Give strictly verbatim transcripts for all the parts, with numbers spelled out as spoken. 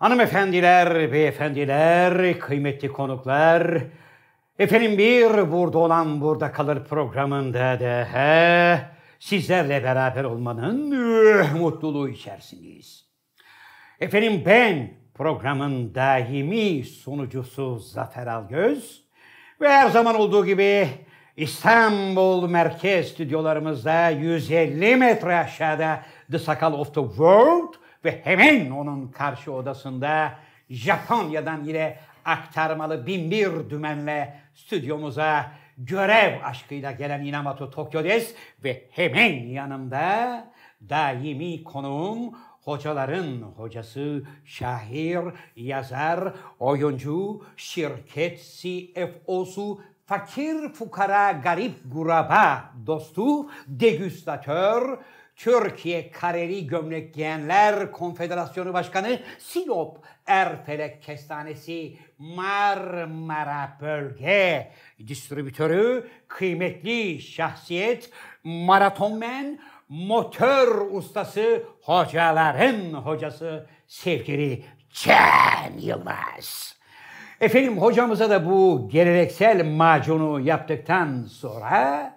Hanımefendiler, beyefendiler, kıymetli konuklar, efendim bir Burada Olan Burada Kalır programında da sizlerle beraber olmanın mutluluğu içerisindeyiz. Efendim ben programın daimi sunucusu Zafer Algöz ve her zaman olduğu gibi İstanbul Merkez stüdyolarımızda yüz elli metre aşağıda The Sakal of the World ve hemen onun karşı odasında Japonya'dan yine aktarmalı bin bir dümenle stüdyomuza görev aşkıyla gelen Inamoto Tokyo des ve hemen yanımda daimi konuğum, hocaların hocası, şair, yazar, oyuncu, şirket C F O'su, fakir fukara garip guraba dostu, degüstatör, Türkiye Kareli Gömlek Giyenler Konfederasyonu Başkanı, Sinop Erfelek Kestanesi Marmara Bölge Distribütörü, kıymetli şahsiyet, maratonmen, motor ustası, hocaların hocası sevgili Cem Yılmaz. Efendim hocamıza da bu geleneksel macunu yaptıktan sonra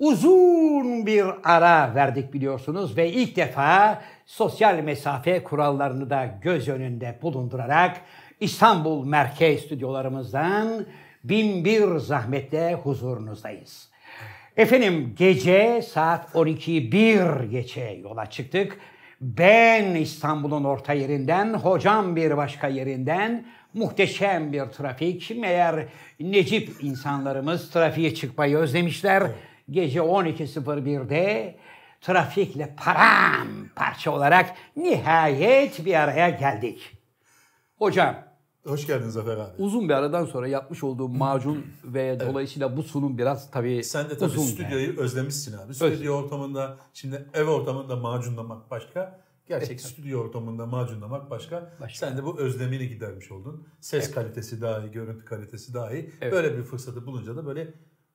uzun bir ara verdik biliyorsunuz ve ilk defa sosyal mesafe kurallarını da göz önünde bulundurarak İstanbul Merkez stüdyolarımızdan bin bir zahmetle huzurunuzdayız. Efendim gece saat on ikiyi bir geçe yola çıktık. Ben İstanbul'un orta yerinden, hocam bir başka yerinden, muhteşem bir trafik. Meğer Necip insanlarımız trafiğe çıkmayı özlemişler. Gece on iki sıfır birde trafikle paramparça olarak nihayet bir araya geldik. Hocam. Hoş geldin Zafer abi. Uzun bir aradan sonra yapmış olduğum macun ve evet. Dolayısıyla bu sunum biraz tabii Sen de tabii uzun stüdyoyu yani. Özlemişsin abi. Stüdyo Öz. ortamında, şimdi ev ortamında macunlamak başka. Gerçek evet. Stüdyo ortamında macunlamak başka. başka. Sen de bu özlemini gidermiş oldun. Ses evet. kalitesi daha iyi, görüntü kalitesi daha iyi. Evet. Böyle bir fırsatı bulunca da böyle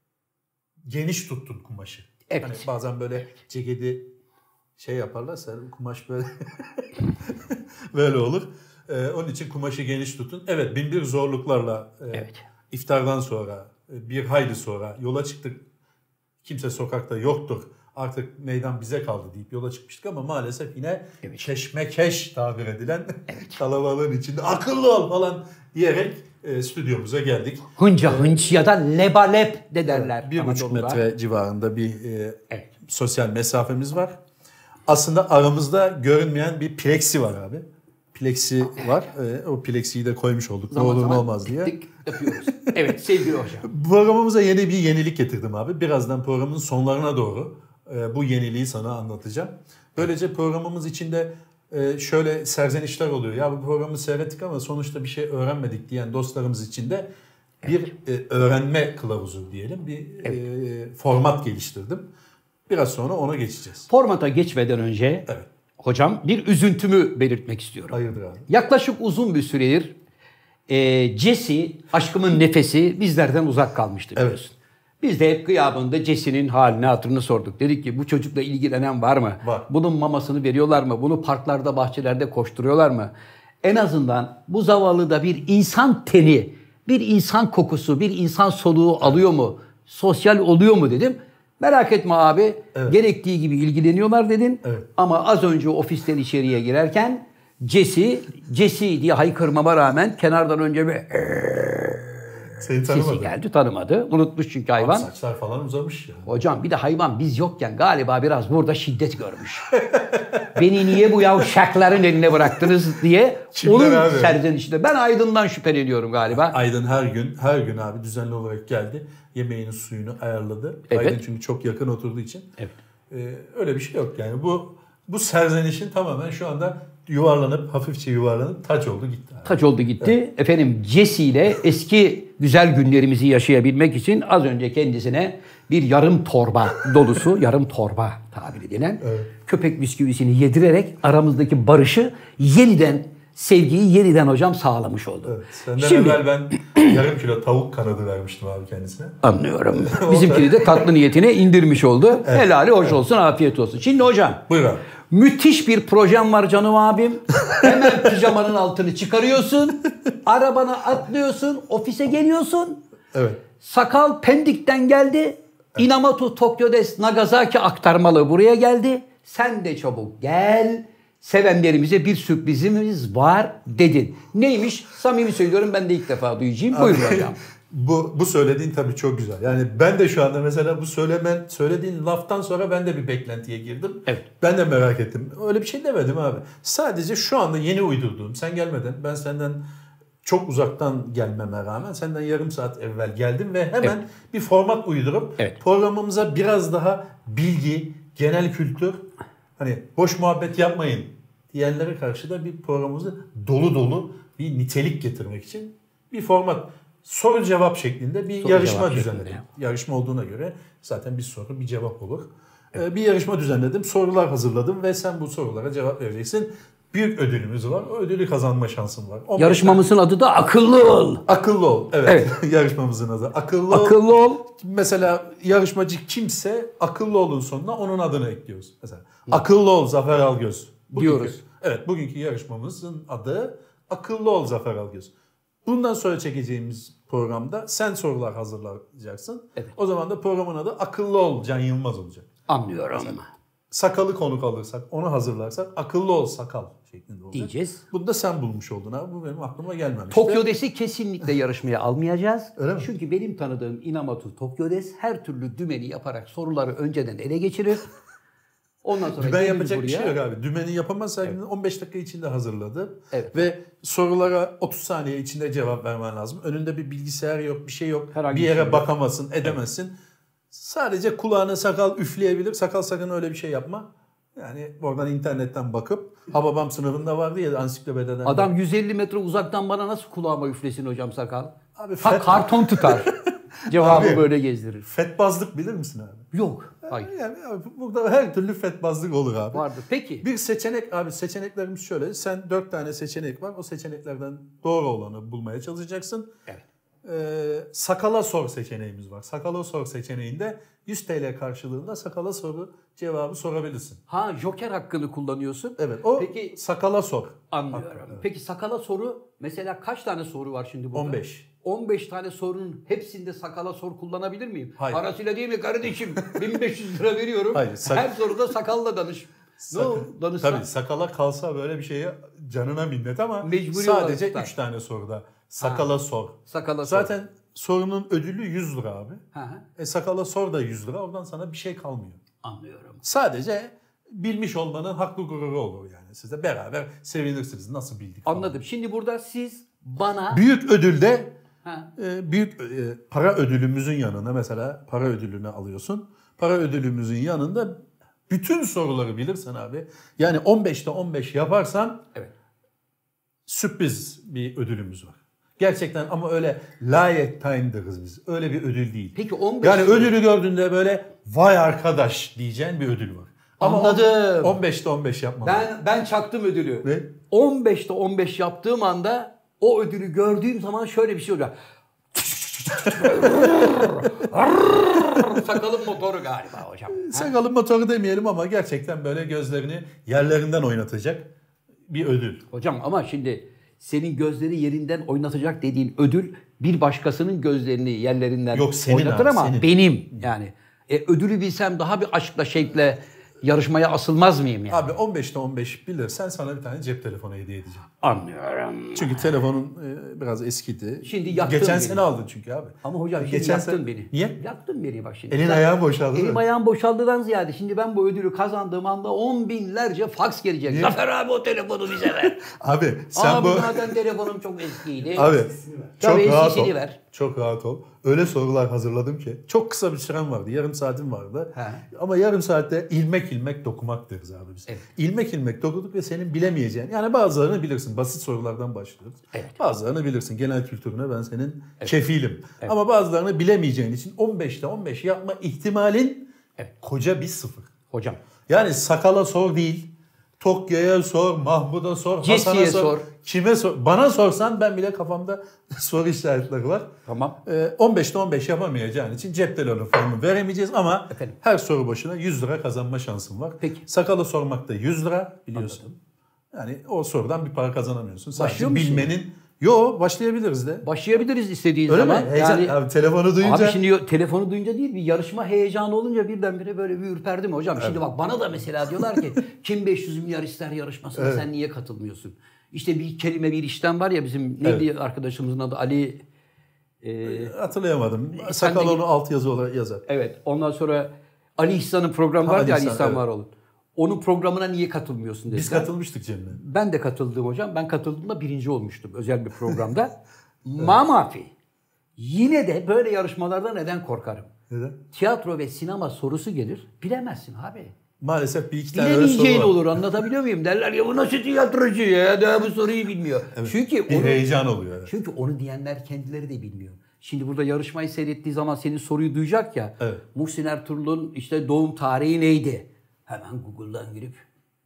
geniş tuttun kumaşı. Evet. Hani bazen böyle evet. ceketi şey yaparlarsa kumaş böyle böyle olur. Ee, onun için kumaşı geniş tutun. Evet, bin bir zorluklarla e, evet. iftardan sonra, e, bir hayli sonra yola çıktık. Kimse sokakta yoktur. Artık meydan bize kaldı deyip yola çıkmıştık ama maalesef yine evet. keşmekeş tabir edilen evet. kalabalığın içinde akıllı ol falan diyerek e, stüdyomuza geldik. Hınca ee, hınç ya da lebalep de derler. Bir buçuk metre civarında bir e, evet. sosyal mesafemiz var. Aslında aramızda görünmeyen bir plexi var abi. Plexi var. E, o plexiyi de koymuş olduk. Zaman ne olur ne olmaz diye. Dik dik yapıyoruz. Evet sevgili hocam. Programımıza yeni bir yenilik getirdim abi. Birazdan programın sonlarına doğru e, bu yeniliği sana anlatacağım. Böylece programımız içinde e, şöyle serzenişler oluyor. Ya bu programı seyrettik ama sonuçta bir şey öğrenmedik diyen dostlarımız için de bir evet. e, öğrenme kılavuzu diyelim. Bir evet. e, format geliştirdim. Biraz sonra ona geçeceğiz. Formata geçmeden önce evet. hocam bir üzüntümü belirtmek istiyorum. Hayırdır abi? Yaklaşık uzun bir süredir e, Jesse, aşkımın nefesi bizlerden uzak kalmıştı biliyorsun. Evet. Biz de hep gıyabında Jesse'nin halini hatırını sorduk. Dedik ki bu çocukla ilgilenen var mı? Var. Bunun mamasını veriyorlar mı? Bunu parklarda, bahçelerde koşturuyorlar mı? En azından bu zavallıda bir insan teni, bir insan kokusu, bir insan soluğu alıyor mu? Sosyal oluyor mu dedim. Merak etme abi, evet. gerektiği gibi ilgileniyorlar dedin. Evet. Ama az önce ofisten içeriye girerken Jesse, Jesse diye haykırmama rağmen kenardan önce bir seni tanımadı. Sesi geldi, tanımadı. Unutmuş çünkü hayvan. Abi saçlar falan uzamış ya. Hocam bir de hayvan biz yokken galiba biraz burada şiddet görmüş. Beni niye bu yavşakların eline bıraktınız diye kimler onun abi? Serzenişinde. Ben Aydın'dan şüpheleniyorum galiba. Aydın her gün, her gün abi düzenli olarak geldi. Yemeğini, suyunu ayarladı. Evet. Aydın çünkü çok yakın oturduğu için. Evet. Ee, öyle bir şey yok yani. Bu bu serzenişin tamamen şu anda yuvarlanıp, hafifçe yuvarlanıp taç oldu gitti. Abi. Taç oldu gitti. Evet. Efendim Jesse ile eski güzel günlerimizi yaşayabilmek için az önce kendisine bir yarım torba dolusu, yarım torba tabir edilen evet. köpek bisküvisini yedirerek aramızdaki barışı yeniden, sevgiyi yeniden hocam sağlamış oldu. Evet. Senden Şimdi, evvel ben yarım kilo tavuk kanadı vermiştim abi kendisine. Anlıyorum. Bizimkini de tatlı niyetine indirmiş oldu. Evet. Helali hoş evet. olsun, afiyet olsun. Şimdi hocam. Buyur abi. Müthiş bir projem var canım abim. Hemen pijamanın altını çıkarıyorsun. Arabana atlıyorsun. Ofise geliyorsun. Evet. Sakal Pendik'ten geldi. Evet. Inamatu Tokyo Des Nagasaki aktarmalı buraya geldi. Sen de çabuk gel. Sevenlerimize bir sürprizimiz var dedin. Neymiş? Samimi söylüyorum, ben de ilk defa duyacağım. Buyurun hocam. Bu, bu söylediğin tabii çok güzel. Yani ben de şu anda mesela bu söylemen, söylediğin laftan sonra ben de bir beklentiye girdim. Evet. Ben de merak ettim. Öyle bir şey demedim abi. Sadece şu anda yeni uydurduğum. Sen gelmeden, ben senden çok uzaktan gelmeme rağmen senden yarım saat evvel geldim ve hemen evet. bir format uydurup evet. programımıza biraz daha bilgi, genel kültür, hani boş muhabbet yapmayın diyenlere karşı da bir programımızı dolu dolu bir nitelik getirmek için bir format, soru cevap şeklinde bir soru yarışma düzenledim. Yarışma olduğuna göre zaten bir soru bir cevap olur. Evet. Ee, bir yarışma düzenledim, sorular hazırladım ve sen bu sorulara cevap vereceksin. Büyük ödülümüz var. O ödülü kazanma şansın var. Yarışmamızın adı da Akıllı Ol. Akıllı Ol. Evet. evet. Yarışmamızın adı Akıllı Ol. Akıllı Ol. Mesela yarışmacı kimse Akıllı Ol'un sonuna onun adını ekliyoruz. Mesela Hı. Akıllı Ol Zafer Algöz. Bugünkü, diyoruz. Evet, bugünkü yarışmamızın adı Akıllı Ol Zafer Algöz. Bundan sonra çekeceğimiz programda sen sorular hazırlayacaksın. Evet. O zaman da programın adı Akıllı Ol Can Yılmaz olacak. Anlıyorum. Mesela, sakalı konuk alırsak, onu hazırlarsak Akıllı Ol Sakal şeklinde olacak. Diyeceğiz. Bunu da sen bulmuş oldun abi. Bu benim aklıma gelmemişti. Tokyo Des'i kesinlikle yarışmaya almayacağız. Öyle mi? Çünkü benim tanıdığım Inamatu Tokyo Des her türlü dümeni yaparak soruları önceden ele geçirir. Ondan sonra dümen yapacak buraya. Bir şey yok abi. Dümeni yapamazsak evet. on beş dakika içinde hazırladı. Evet. Ve sorulara otuz saniye içinde cevap vermen lazım. Önünde bir bilgisayar yok, bir şey yok. Herhangi bir yere şey bakamazsın, edemezsin. Evet. Sadece kulağına sakal üfleyebilir. Sakal sakın öyle bir şey yapma. Yani oradan internetten bakıp Hababam sınıfında vardı ya ansiklopediden. Adam bak. yüz elli metre uzaktan bana nasıl kulağıma üflesin hocam sakal? Abi ha, karton tutar. Cevabı abi, böyle gezdirir. Fetbazlık bilir misin abi? Yok. Hayır. Yani abi, burada her türlü fetbazlık olur abi. Vardır. Peki. Bir seçenek abi, seçeneklerimiz şöyle. Sen dört tane seçenek var. O seçeneklerden doğru olanı bulmaya çalışacaksın. Evet. Ee, sakala sor seçeneğimiz var. Sakala sor seçeneğinde yüz TL karşılığında sakala soru cevabı sorabilirsin. Ha, joker hakkını kullanıyorsun. Evet. O peki, sakala sor. Anlıyorum. Evet. Peki sakala soru mesela kaç tane soru var şimdi burada? on beş. on beş tane sorunun hepsinde sakala sor kullanabilir miyim? Hayır. Parasıyla değil mi kardeşim? bin beş yüz lira veriyorum. Hayır. Sak- Her soruda sakalla danış. Sak- no, danışsan. Tabii sakala kalsa böyle bir şeye canına minnet ama mecburi sadece üç tane soruda sakala ha. sor. Sakala Zaten sor. sorunun ödülü yüz lira abi. Ha. E sakala sor da yüz lira. Oradan sana bir şey kalmıyor. Anlıyorum. Sadece bilmiş olmanın haklı gururu olur yani. Siz de beraber sevinirsiniz. Nasıl bildik falan. Anladım. Şimdi burada siz bana... Büyük ödülde e, büyük e, para ödülümüzün yanına mesela para ödülünü alıyorsun. Para ödülümüzün yanında bütün soruları bilirsen abi. Yani on beşte on beş yaparsan evet. sürpriz bir ödülümüz var. Gerçekten ama öyle lifetime deriz biz. Öyle bir ödül değil. Peki on beş yani ödülü gördüğünde böyle vay arkadaş diyeceğin bir ödül var. Ama anladım. on beşte on beş yapma. Ben ben çaktım ödülü. Ne? on beşte on beş yaptığım anda o ödülü gördüğüm zaman şöyle bir şey olacak. Sakalın motoru galiba hocam. Sakalın motoru demeyelim ama gerçekten böyle gözlerini yerlerinden oynatacak bir ödül. Hocam ama şimdi senin gözleri yerinden oynatacak dediğin ödül bir başkasının gözlerini yerlerinden Yok, senin oynatır abi, ama senin. Benim yani. E, ödülü bilsem daha bir aşkla şevkle yarışmaya asılmaz mıyım yani? Abi on beşte on beş bilirsen sana bir tane cep telefonu hediye edeceğim. Anlıyorum. Çünkü telefonun e, biraz eskidi. Şimdi yaktın Geçen beni. sene aldın çünkü abi. Ama hocam şimdi Geçen yaktın sene... beni. Niye? Yaktın beni bak şimdi. Elin ayağın boşaldı. Elim ayağım boşaldıdan ziyade şimdi ben bu ödülü kazandığım anda on binlerce faks gelecek. Niye? Zafer abi o telefonu bize ver. Abi sen abi, bu... Abi zaten telefonum çok eskiydi. Abi çok rahat ol. Ver. Çok rahat ol. Öyle sorular hazırladım ki. Çok kısa bir sürem vardı. Yarım saatim vardı. He. Ama yarım saatte ilmek ilmek dokumak deriz abi biz. Evet. İlmek ilmek dokuduk ve senin bilemeyeceğin. Yani bazılarını bilirsin. Basit sorulardan başlıyoruz. Evet. Bazılarını bilirsin. Genel kültürüne ben senin evet. kefilim. Evet. Ama bazılarını bilemeyeceğin için on beşte on beş yapma ihtimalin evet. koca bir sıfır. Hocam. Yani sakala sor değil. Tokyo'ya sor, Mahmut'a sor, Jesse'ye Hasan'a sor, sor. Kime sor? Bana sorsan ben bile kafamda soru işaretleri var. Tamam. Ee, on beşte on beş yapamayacağın için cep telefonu formu veremeyeceğiz ama Efendim? her soru başına yüz lira kazanma şansın var. Peki. Sakalı sormakta yüz lira biliyorsun. Anladım. Yani o sorudan bir para kazanamıyorsun. Sadece Başlıyor musun? bilmenin... Yo, başlayabiliriz de. Başlayabiliriz istediğin Öyle zaman. mi? Heyecan, Yani, abi, telefonu duyunca... Abi şimdi telefonu duyunca değil, bir yarışma heyecanı olunca birdenbire böyle bir ürperdim hocam. Şimdi evet. Bak bana da mesela diyorlar ki kim beş yüz milyar ister yarışmasına evet. Sen niye katılmıyorsun? İşte bir kelime bir işlem var ya bizim neydi evet. Arkadaşımızın adı Ali... E, Hatırlayamadım. Sakal onu alt yazı olarak yazar. Evet. Ondan sonra Ali İhsan'ın programı var ya Ali İhsan evet. Varoğlu. Onun programına niye katılmıyorsun dediler. Biz katılmıştık Cem'le. Ben de katıldım hocam. Ben katıldığımda birinci olmuştum özel bir programda. Mamafi. Yine de böyle yarışmalarda neden korkarım? Neden? Tiyatro ve sinema sorusu gelir. Bilemezsin abi. Maalesef bir iki tane öyle soru var. Bilemeyeceğin olur, anlatabiliyor muyum? Derler ya bu nasıl tiyatrocu ya? Daha bu soruyu bilmiyor. Evet, çünkü bir onu, heyecan oluyor. Evet. Çünkü onu diyenler kendileri de bilmiyor. Şimdi burada yarışmayı seyrettiği zaman senin soruyu duyacak ya. Evet. Muhsin Ertuğrul'un işte doğum tarihi neydi? Hemen Google'dan girip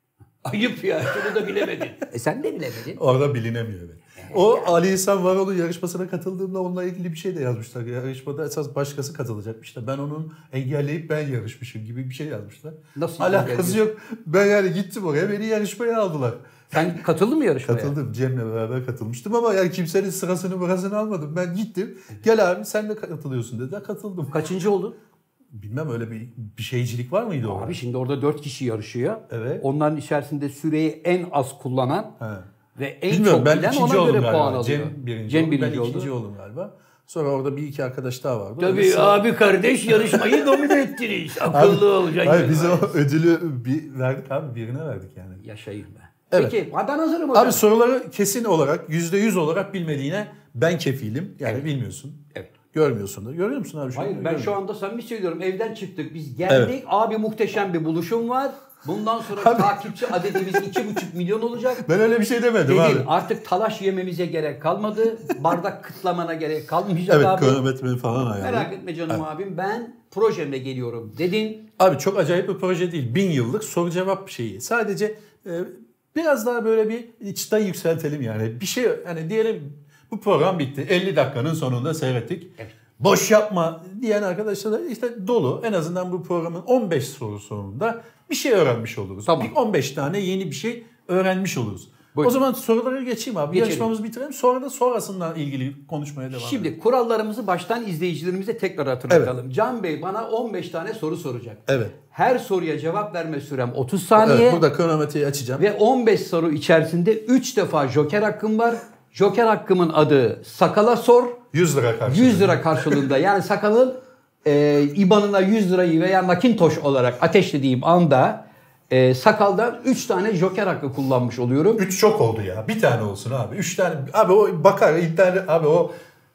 ayıp ya şunu da bilemedin. E sen de bilemedin. Orada bilinemiyor. Evet. O Ali İhsan Varol'un yarışmasına katıldığımda onunla ilgili bir şey de yazmışlar. Yarışmada esas başkası katılacakmış da ben onu engelleyip ben yarışmışım gibi bir şey yazmışlar. Nasıl? Alakası yok. Ben yani gittim oraya, beni yarışmaya aldılar. Sen katıldın mı yarışmaya? Katıldım. Cem'le beraber katılmıştım ama yani kimsenin sırasını burasını almadım. Ben gittim. Gel abi sen de katılıyorsun dediler. Katıldım. Kaçıncı oldun? Bilmem öyle bir, bir şeycilik var mıydı orada? Abi şimdi orada dört kişi yarışıyor. Evet. Onların içerisinde süreyi en az kullanan He. ve en Bilmiyorum, çok ben bilen ikinci ona göre galiba. puan alıyor. Cem birinci, Cem oldu. birinci ben oldu. ikinci oldum galiba. Sonra orada bir iki arkadaş daha vardı. Tabii Öyle abi kardeş yarışmayı domine ettiniz. Akıllı olacaksın. Hayır biz o ödülü bir verdik abi, birine verdik yani. Yaşayayım ben. Evet. Peki ben hazırım hocam. Abi soruları kesin olarak yüzde yüz olarak bilmediğine ben kefilim. Yani evet. Bilmiyorsun. Evet. Görmüyorsun da. Görüyor musun abi? Şu Hayır ben görmüyor. şu anda samimi söylüyorum. Evden çıktık. Biz geldik. Evet. Abi muhteşem bir buluşum var. Bundan sonra takipçi adedimiz iki buçuk milyon olacak. Ben öyle bir şey demedim Dedim, abi. Artık talaş yememize gerek kalmadı. Bardak kıtlamana gerek kalmayacak evet, abi. Evet kronometre falan ayarladım. Merak etme canım evet. abim ben projemle geliyorum dedin. Abi çok acayip bir proje değil. Bin yıllık soru cevap şeyi. Sadece e, biraz daha böyle bir çıtayı yükseltelim yani. Bir şey hani diyelim bu program bitti. elli dakikanın sonunda seyrettik. Evet. Boş yapma diyen arkadaşlar da işte dolu. En azından bu programın on beş soru sonunda bir şey öğrenmiş oluruz. Tamam. on beş tane yeni bir şey öğrenmiş oluruz. Buyurun. O zaman sorulara geçeyim abi. Geçelim. Yarışmamızı bitirelim. Sonra da sonrasından ilgili konuşmaya devam edelim. Şimdi kurallarımızı baştan izleyicilerimize tekrar hatırlatalım. Evet. Can Bey bana on beş tane soru soracak. Evet. Her soruya cevap verme sürem otuz saniye. Evet, burada kronometreyi açacağım. Ve on beş soru içerisinde üç defa joker hakkım var. Joker hakkımın adı Sakala Sor. yüz lira karşılığında. yüz lira karşılığında. Yani Sakal'ın e, İ B A N'ına yüz lirayı veya Macintosh olarak ateşlediğim anda e, Sakal'dan üç tane joker hakkı kullanmış oluyorum. üç çok oldu ya. Bir tane olsun abi. üç tane. Abi o bakar internet abi o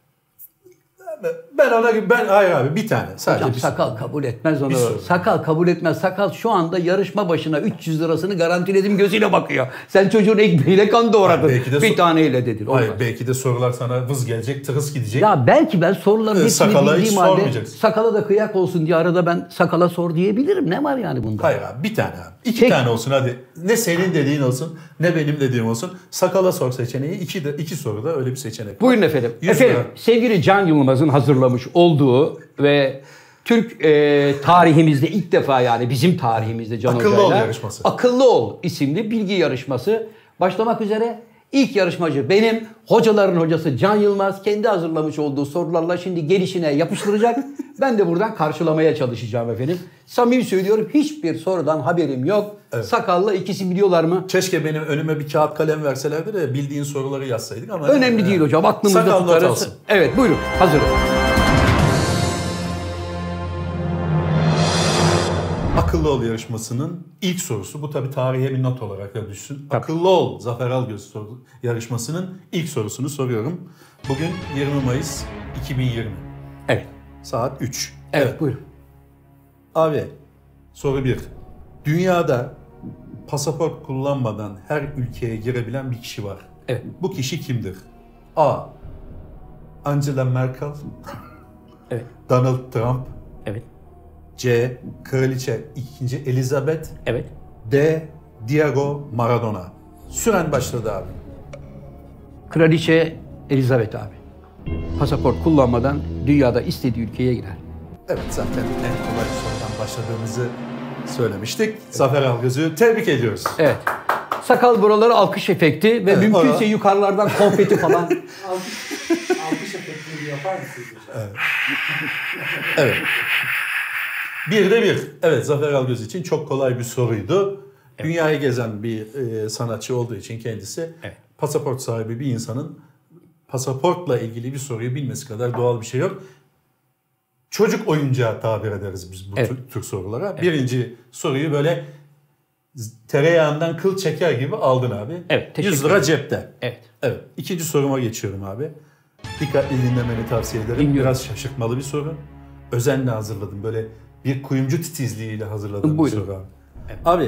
ben ona ben hayır abi bir tane. Sadece Hocam bir Sakal soru. kabul etmez onu. Sakal kabul etmez. Sakal şu anda yarışma başına üç yüz lirasını garantiledim gözüyle bakıyor. Sen çocuğun ekmeğiyle kan doğradın. Bir so- taneyle dedin. Hayır olmaz. Belki de sorular sana vız gelecek, tırıs gidecek. Ya belki ben soruların hepsini Sakala bildiğim halde Sakala da kıyak olsun diye arada ben Sakala sor diyebilirim. Ne var yani bunda? Hayır abi bir tane abi. İki Peki. tane olsun hadi. Ne senin dediğin olsun ne benim dediğim olsun. Sakala sor seçeneği. İki, de, iki soruda öyle bir seçenek var. Buyurun efendim. Efendim lira. Sevgili Can Yılmaz'ın hazırlamış olduğu ve Türk e, tarihimizde ilk defa yani bizim tarihimizde Can Akıllı Hoca'yla Ol yarışması. Akıllı Ol isimli bilgi yarışması başlamak üzere. İlk yarışmacı benim, hocaların hocası Can Yılmaz kendi hazırlamış olduğu sorularla şimdi gelişine yapıştıracak. Ben de buradan karşılamaya çalışacağım efendim. Samimi söylüyorum hiçbir sorudan haberim yok. Evet. Sakallı ikisi biliyorlar mı? Keşke benim önüme bir kağıt kalem verselerdi de bildiğin soruları yazsaydık ama. Önemli değil hocam aklımızda tutarız. Evet buyurun hazırım. Akıllı Ol yarışmasının ilk sorusu. Bu tabii tarihe bir not olarak da düşsün. Tabii. Akıllı Ol Zafer Algöz soru, yarışmasının ilk sorusunu soruyorum. Bugün yirmi Mayıs iki bin yirmi. Evet. Saat üç. Evet, evet. Buyurun. Abi soru bir. Dünyada pasaport kullanmadan her ülkeye girebilen bir kişi var. Evet. Bu kişi kimdir? A. Angela Merkel. Evet. Donald Trump. Evet. C. Kraliçe ikinci. Elizabeth. Evet. D. Diego Maradona. Süren başladı abi. Kraliçe Elizabeth abi. Pasaport kullanmadan dünyada istediği ülkeye girer. Evet, zaten en kolay sorudan başladığımızı söylemiştik. Evet. Zafer Algöz'ü tebrik ediyoruz. Evet. Sakal buraları alkış efekti ve evet, mümkünse ona... yukarılardan konfeti falan. alkış, alkış efekti yapar mısınız? Evet. Evet. Bir de bir. Evet, Zafer Algöz için çok kolay bir soruydu. Evet. Dünyayı gezen bir e, sanatçı olduğu için kendisi evet. pasaport sahibi bir insanın pasaportla ilgili bir soruyu bilmesi kadar doğal bir şey yok. Çocuk oyuncağı tabir ederiz biz bu evet. tür, tür sorulara. Evet. Birinci soruyu böyle tereyağından kıl çeker gibi aldın abi. Evet, yüz lira cepte. Evet. Evet. İkinci soruma geçiyorum abi. Dikkatli dinlemeni tavsiye ederim. Dinliyorum. Biraz şaşırtmalı bir soru. Özenle hazırladım. Böyle bir kuyumcu titizliğiyle hazırladığım Buyurun. bir soru abi. Evet. Abi,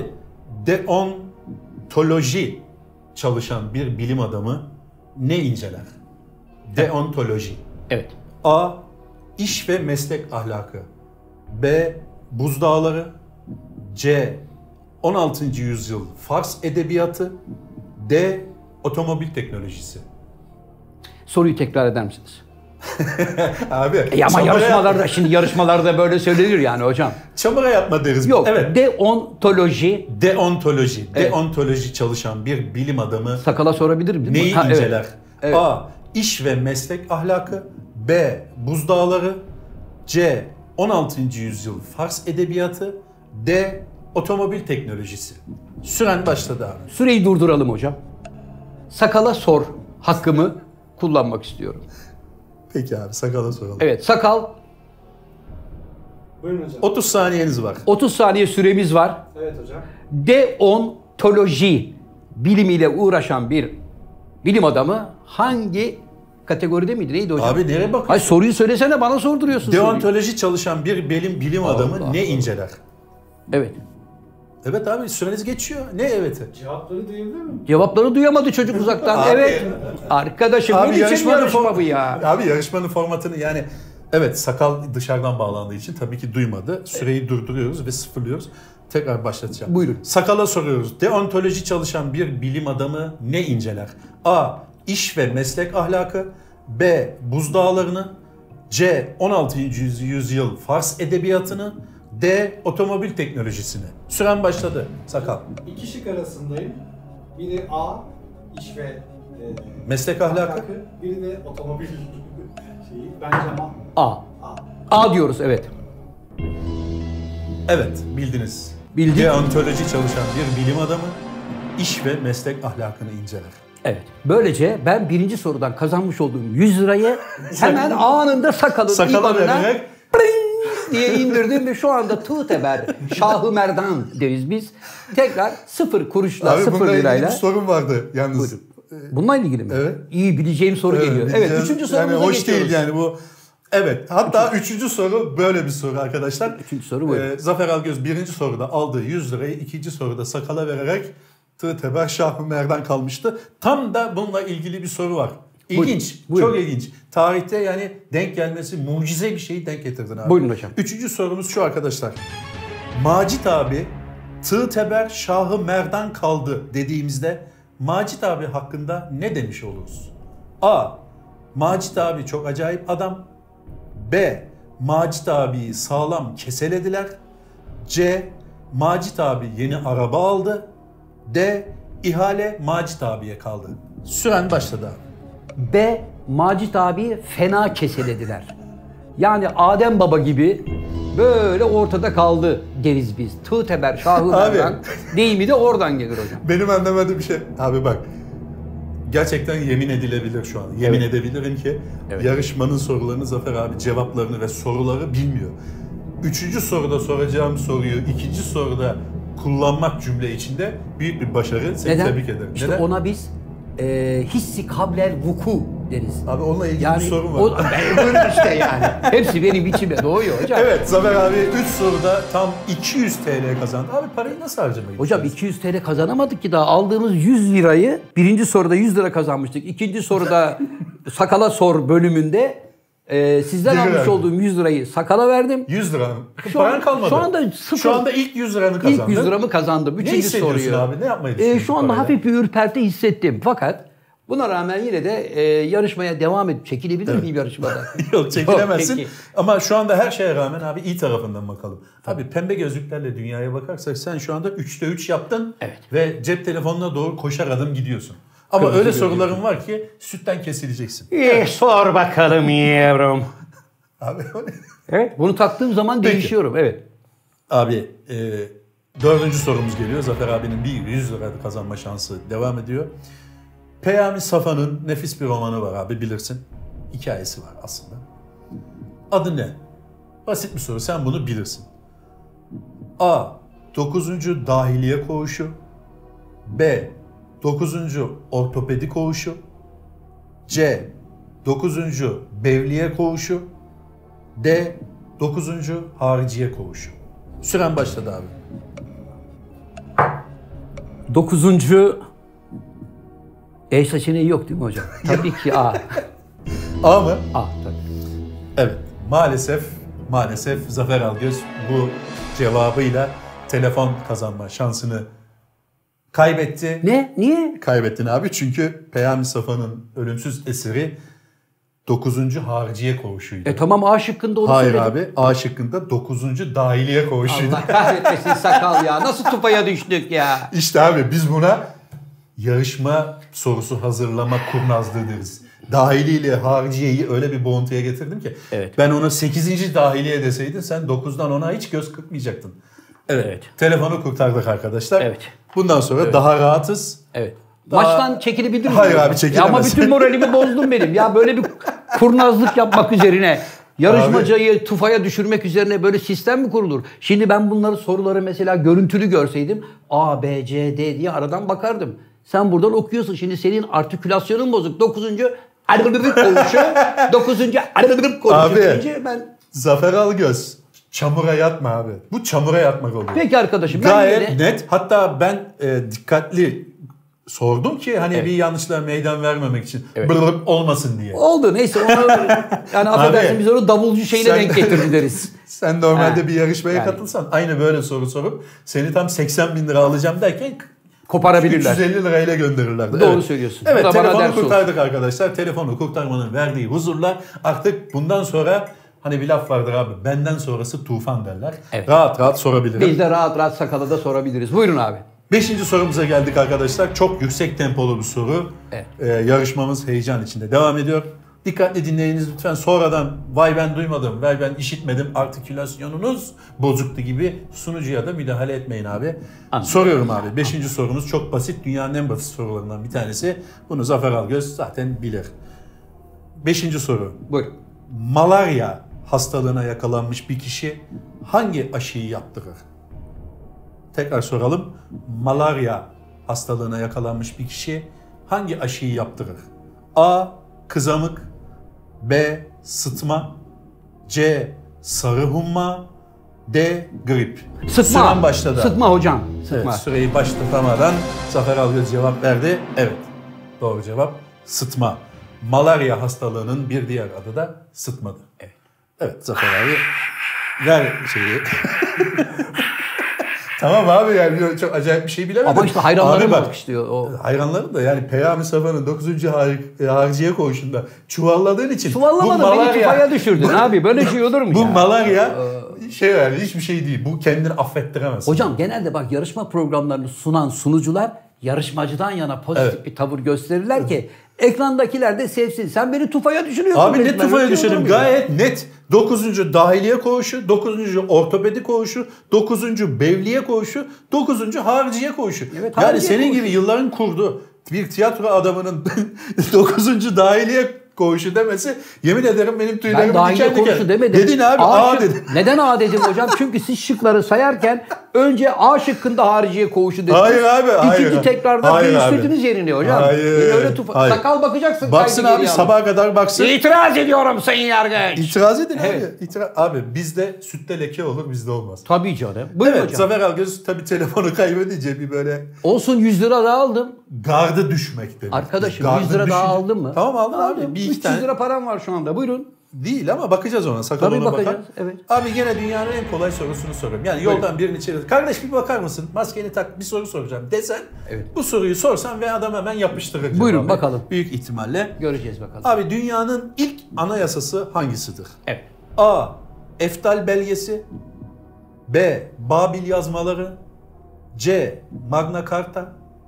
deontoloji çalışan bir bilim adamı ne inceler? Deontoloji. Evet. A. İş ve meslek ahlakı. B. Buzdağları. C. on altıncı yüzyıl Fars edebiyatı. D. Otomobil teknolojisi. Soruyu tekrar eder misiniz? Abi. E ama yarışmalarda yap- şimdi yarışmalarda böyle söylenir yani hocam. Çamura yapma deriz. Yok. Evet. Deontoloji. Deontoloji. Evet. Deontoloji çalışan bir bilim adamı. Sakala sorabilir miyim? Neyi ha, inceler? Evet. Evet. A. İş ve meslek ahlakı. B. Buzdağları. C. on altıncı yüzyıl Fars edebiyatı. D. Otomobil teknolojisi. Süren başladı abi. Süreyi durduralım hocam. Sakala sor hakkımı kullanmak istiyorum. Peki abi, sakala soralım. Evet, sakal. Buyurun hocam. otuz saniyeniz var. otuz saniye süremiz var. Evet hocam. Deontoloji bilimiyle uğraşan bir bilim adamı hangi kategoride miydi? Neydi hocam? Abi nereye bakıyorsun? Hayır, soruyu söylesene, bana sorduruyorsun. Deontoloji soruyu. çalışan bir bilim bilim adamı Allah ne Allah. inceler? Evet. Evet abi, süreniz geçiyor. Ne eveti? Cevapları duyabilir mi? Cevapları duyamadı çocuk uzaktan. Abi, evet. Arkadaşım abi, ne biçim yarışma bu ya? Abi yarışmanın formatını yani evet, sakal dışarıdan bağlandığı için tabii ki duymadı. Süreyi evet. durduruyoruz ve sıfırlıyoruz. Tekrar başlatacağım. Buyurun. Sakala soruyoruz. Deontoloji çalışan bir bilim adamı ne inceler? A. İş ve meslek ahlakı. B. Buzdağlarını. C. on altıncı yüzyıl Fars edebiyatını. D. Otomobil teknolojisini. Süren başladı. Sakal. İki şık arasındayım. Biri A. İş ve e, meslek ahlakı. ahlakı. Biri de otomobil şeyi. Bence ama A. A. A diyoruz, evet. Evet, bildiniz. Bildik. Deontoloji çalışan bir bilim adamı iş ve meslek ahlakını inceler. Evet. Böylece ben birinci sorudan kazanmış olduğum yüz lirayı hemen anında sakalın sakala vererek diye indirdim ve şu anda Tuğteber, Şahı Merdan deriz biz. Tekrar sıfır kuruşla, abi, sıfır lirayla. Abi bununla ilgili bir sorun vardı yalnız. Buyurun. Bununla ilgili mi? Evet. İyi, bileceğim soru evet, geliyor. bileceğim. Evet, üçüncü sorumuza yani hoş geçiyoruz. değil yani bu. Evet, hatta üçüncü. üçüncü soru böyle bir soru arkadaşlar. Üçüncü soru buyurun. Ee, Zafer Algöz birinci soruda aldığı yüz lirayı ikinci soruda sakala vererek Tuğteber Şahı Merdan kalmıştı. Tam da bununla ilgili bir soru var. İlginç, buyurun. Çok ilginç. Tarihte yani denk gelmesi mucize bir şeyi denk getirdin abi. Buyurun hocam. Üçüncü sorumuz şu arkadaşlar. Macit abi Tuğteber Şahı Merdan kaldı dediğimizde Macit abi hakkında ne demiş oluruz? A. Macit abi çok acayip adam. B. Macit abiyi sağlam keselediler. C. Macit abi yeni araba aldı. D. İhale Macit abiye kaldı. Süren başladı abi. B. Macit abi fena keselediler. Yani Adem Baba gibi böyle ortada kaldı deriz biz. Tuğteber Şahı Merdan deyimi de oradan gelir hocam. Benim anlamadığım bir şey. Abi bak. Gerçekten yemin edilebilir şu an. Yemin evet. edebilirim ki evet. yarışmanın sorularını Zafer abi cevaplarını ve soruları bilmiyor. Üçüncü soruda soracağım soruyu ikinci soruda kullanmak cümle içinde büyük bir başarı. Seni Neden? tebrik ederim. İşte Neden? ona biz e, hissi kablel vuku deriz. Abi onunla ilgili yani, bir sorun var. O, ben böyle işte yani. Hepsi benim içime doğuyor hocam. Evet, Zafer abi üç soruda tam iki yüz T L kazandı. Abi parayı nasıl harcamayı Hocam düşünüyorsun? iki yüz T L kazanamadık ki daha. Aldığımız yüz lirayı birinci soruda yüz lira kazanmıştık. İkinci soruda sakala sor bölümünde Ee, sizden Geri almış verdim. olduğum yüz lirayı sakala verdim. yüz lira mı? Şu Paran an- kalmadı. şu anda sıfır. Şu anda ilk yüz liranı kazandın. İlk yüz liramı kazandım. Ne Üçüncü hissediyorsun soruyu. abi? Ne yapmayı Ee, düşünüyorsun? şu anda parayla? hafif bir ürperti hissettim. Fakat buna rağmen yine de e, yarışmaya devam edip çekilebilir miyim yarışmada? Yok çekilemezsin. Yok, peki. Ama şu anda her şeye rağmen abi iyi tarafından bakalım. Abi pembe gözlüklerle dünyaya bakarsak sen şu anda üçte üç yaptın. Evet. Ve cep telefonuna doğru koşar adım gidiyorsun. Ama Kırmızı öyle gözlüklü. soruların var ki sütten kesileceksin. E, sor bakalım yavrum. Abi o ne? Evet. Bunu taktığım zaman Peki. değişiyorum. Evet. Abi e, dördüncü sorumuz geliyor. Zafer abinin bir yüz lira kazanma şansı devam ediyor. Peyami Safa'nın nefis bir romanı var abi bilirsin. Hikayesi var aslında. Adı ne? Basit bir soru. Sen bunu bilirsin. A. dokuzuncu Dahiliye Koğuşu. B. dokuzuncu Ortopedi Koğuşu. C. dokuzuncu Bevliye Koğuşu. D. dokuzuncu Hariciye Koğuşu. Süren başladı abi. Dokuzuncu E seçeneği yok değil mi hocam? Tabii ki A. A mı? A tabii. Evet. Maalesef, maalesef Zafer Algöz bu cevabıyla telefon kazanma şansını kaybetti. Ne? Niye? Kaybettin abi çünkü Peyami Safa'nın ölümsüz eseri dokuzuncu Hariciye Koğuşu'ydu. E tamam A şıkkında onu Hayır söyledim. abi A şıkkında dokuzuncu Dahiliye Koğuşu'ydu. Allah kahretmesin sakal ya. Nasıl tupaya düştük ya? İşte abi biz buna yarışma sorusu hazırlama kurnazlığı deriz. Dahiliyle hariciyeyi öyle bir boğuntuya getirdim ki. Evet. Ben ona sekizinci dahiliye deseydin sen dokuzdan ona hiç göz kırpmayacaktın. Evet. Evet. Telefonu kurtardık arkadaşlar. Evet. Bundan sonra daha rahatız. Evet. Daha- Maçtan çekilebilir miyim? Hayır abi, Ya çekilemez. ama bütün moralimi bozdun benim. Ya böyle bir kurnazlık yapmak üzerine, yarışmacıyı tufaya düşürmek üzerine böyle sistem mi kurulur? Şimdi ben bunları soruları mesela görüntülü görseydim A, B, C, D diye aradan bakardım. Sen buradan okuyorsun. Şimdi senin artikülasyonun bozuk. Dokuzuncu koğuşu, dokuzuncu koğuşu Abi. deyince ben... Zafer Algöz. Çamura yatma abi. Bu çamura yatmak oluyor. Peki arkadaşım ben Gayet yine... net. Hatta ben e, dikkatli sordum ki hani Evet. bir yanlışlığa meydan vermemek için. Evet. Bırırıp olmasın diye. Oldu neyse onu yani affedersin Abi, biz onu davulcu şeyle sen- denk getirdi deriz. Sen normalde Ha, bir yarışmaya yani. katılsan aynı böyle soru sorup seni tam seksen bin lira alacağım derken Koparabilirler. üç yüz elli lirayla gönderirlerdi. Doğru Evet. söylüyorsun. Evet Bu da bana telefonu ders kurtardık arkadaşlar. Telefonu kurtarmanın verdiği huzurla artık bundan sonra hani bir laf vardır abi benden sonrası tufan derler. Evet. Rahat rahat sorabilirim. Biz de rahat rahat sakala da sorabiliriz. Buyurun abi. Beşinci sorumuza geldik arkadaşlar. Çok yüksek tempolu bir soru. Evet. Ee, yarışmamız heyecan içinde devam ediyor. Dikkatli dinleyiniz lütfen. Sonradan vay ben duymadım, vay ben işitmedim, artikülasyonunuz bozuktu gibi sunucuya da müdahale etmeyin abi. Anladım. Soruyorum abi. Beşinci sorumuz çok basit. Dünyanın en basit sorularından bir tanesi. Bunu Zafer Algöz zaten bilir. Beşinci soru. Buyurun. Malarya hastalığına yakalanmış bir kişi hangi aşıyı yaptırır? Tekrar soralım. Malarya hastalığına yakalanmış bir kişi hangi aşıyı yaptırır? A. Kızamık. B. Sıtma. C. Sarı humma. D. Grip. Sıtma. Süren başladı. Sıtma hocam. Sıtma. Evet, süreyi başlatamadan Zafer Algöz cevap verdi. Evet. Doğru cevap sıtma. Malarya hastalığının bir diğer adı da sıtmadır. Evet. Evet Zafer abi ver şeyi. Tamam abi yani çok acayip bir şey bilemedim. Ama işte hayranlarım Abi bak, bak istiyor. O. hayranlarım da yani Peyami Safa'nın dokuzuncu har- hariciye koğuşunda çuvalladığın için Çuvallamadın bu beni tufaya düşürdün abi. Böyle şey olur mu bu ya? malarya şey yani hiçbir şey değil. Bu kendini affettiremez. Hocam genelde bak yarışma programlarını sunan sunucular yarışmacıdan yana pozitif Evet. bir tavır gösterirler ki ekrandakiler de sevsin. Sen beni tufaya düşürüyorsun. Abi resmen. net tufaya Öyle şey olur düşelim. mu ya? Gayet net. dokuzuncu Dahiliye Koğuşu, dokuzuncu Ortopedi Koğuşu, dokuzuncu Bevliye Koğuşu, dokuzuncu Hariciye Koğuşu. Evet, yani Hariciye senin Koğuşu. gibi yılların kurdu bir tiyatro adamının dokuzuncu Dahiliye Koğuşu demesi yemin ederim benim Ben tüylerimi dahiliye diken diken. konusu demedim. Dedin abi A, şık- dedin. Neden A dedim hocam? Çünkü siz şıkları sayarken önce A şıkkında hariciye koğuşu dediniz. Hayır abi, hayır. İkinci tekrarda Hayır abi. değiştirdiniz yerini hocam. Hayır, Yine öyle tufa- hayır. Sakal bakacaksın. Baksın kaydı abi geriye sabaha kadar baksın. alın. İtiraz ediyorum sayın yargıç. İtiraz edin Evet. abi. İtiraz. Abi bizde sütte leke olur bizde olmaz. Tabii canım. Buyurun Evet hocam. Zafer Algöz tabii telefonu kaybedince bir böyle Olsun yüz lira daha aldım. gardı düşmek demek. Arkadaşım Gardı yüz lira daha düşünce- aldın mı? Tamam aldım Aldım. abi. Bir üç iki yüz tane. lira param var şu anda. Buyurun. değil ama bakacağız ona. Sakalına bakar. bakacağız, evet. Abi gene dünyanın en kolay sorusunu soruyorum. Yani yoldan Buyurun. birini çevir. Kardeş bir bakar mısın? Maskeni tak, bir soru soracağım desen. Evet. Bu soruyu sorsan ve adam hemen yapıştırır. Buyurun abi. bakalım. Büyük ihtimalle. Göreceğiz bakalım. Abi dünyanın ilk anayasası hangisidir? Evet. A. Eftal belgesi. B. Babil yazmaları. C. Magna Carta.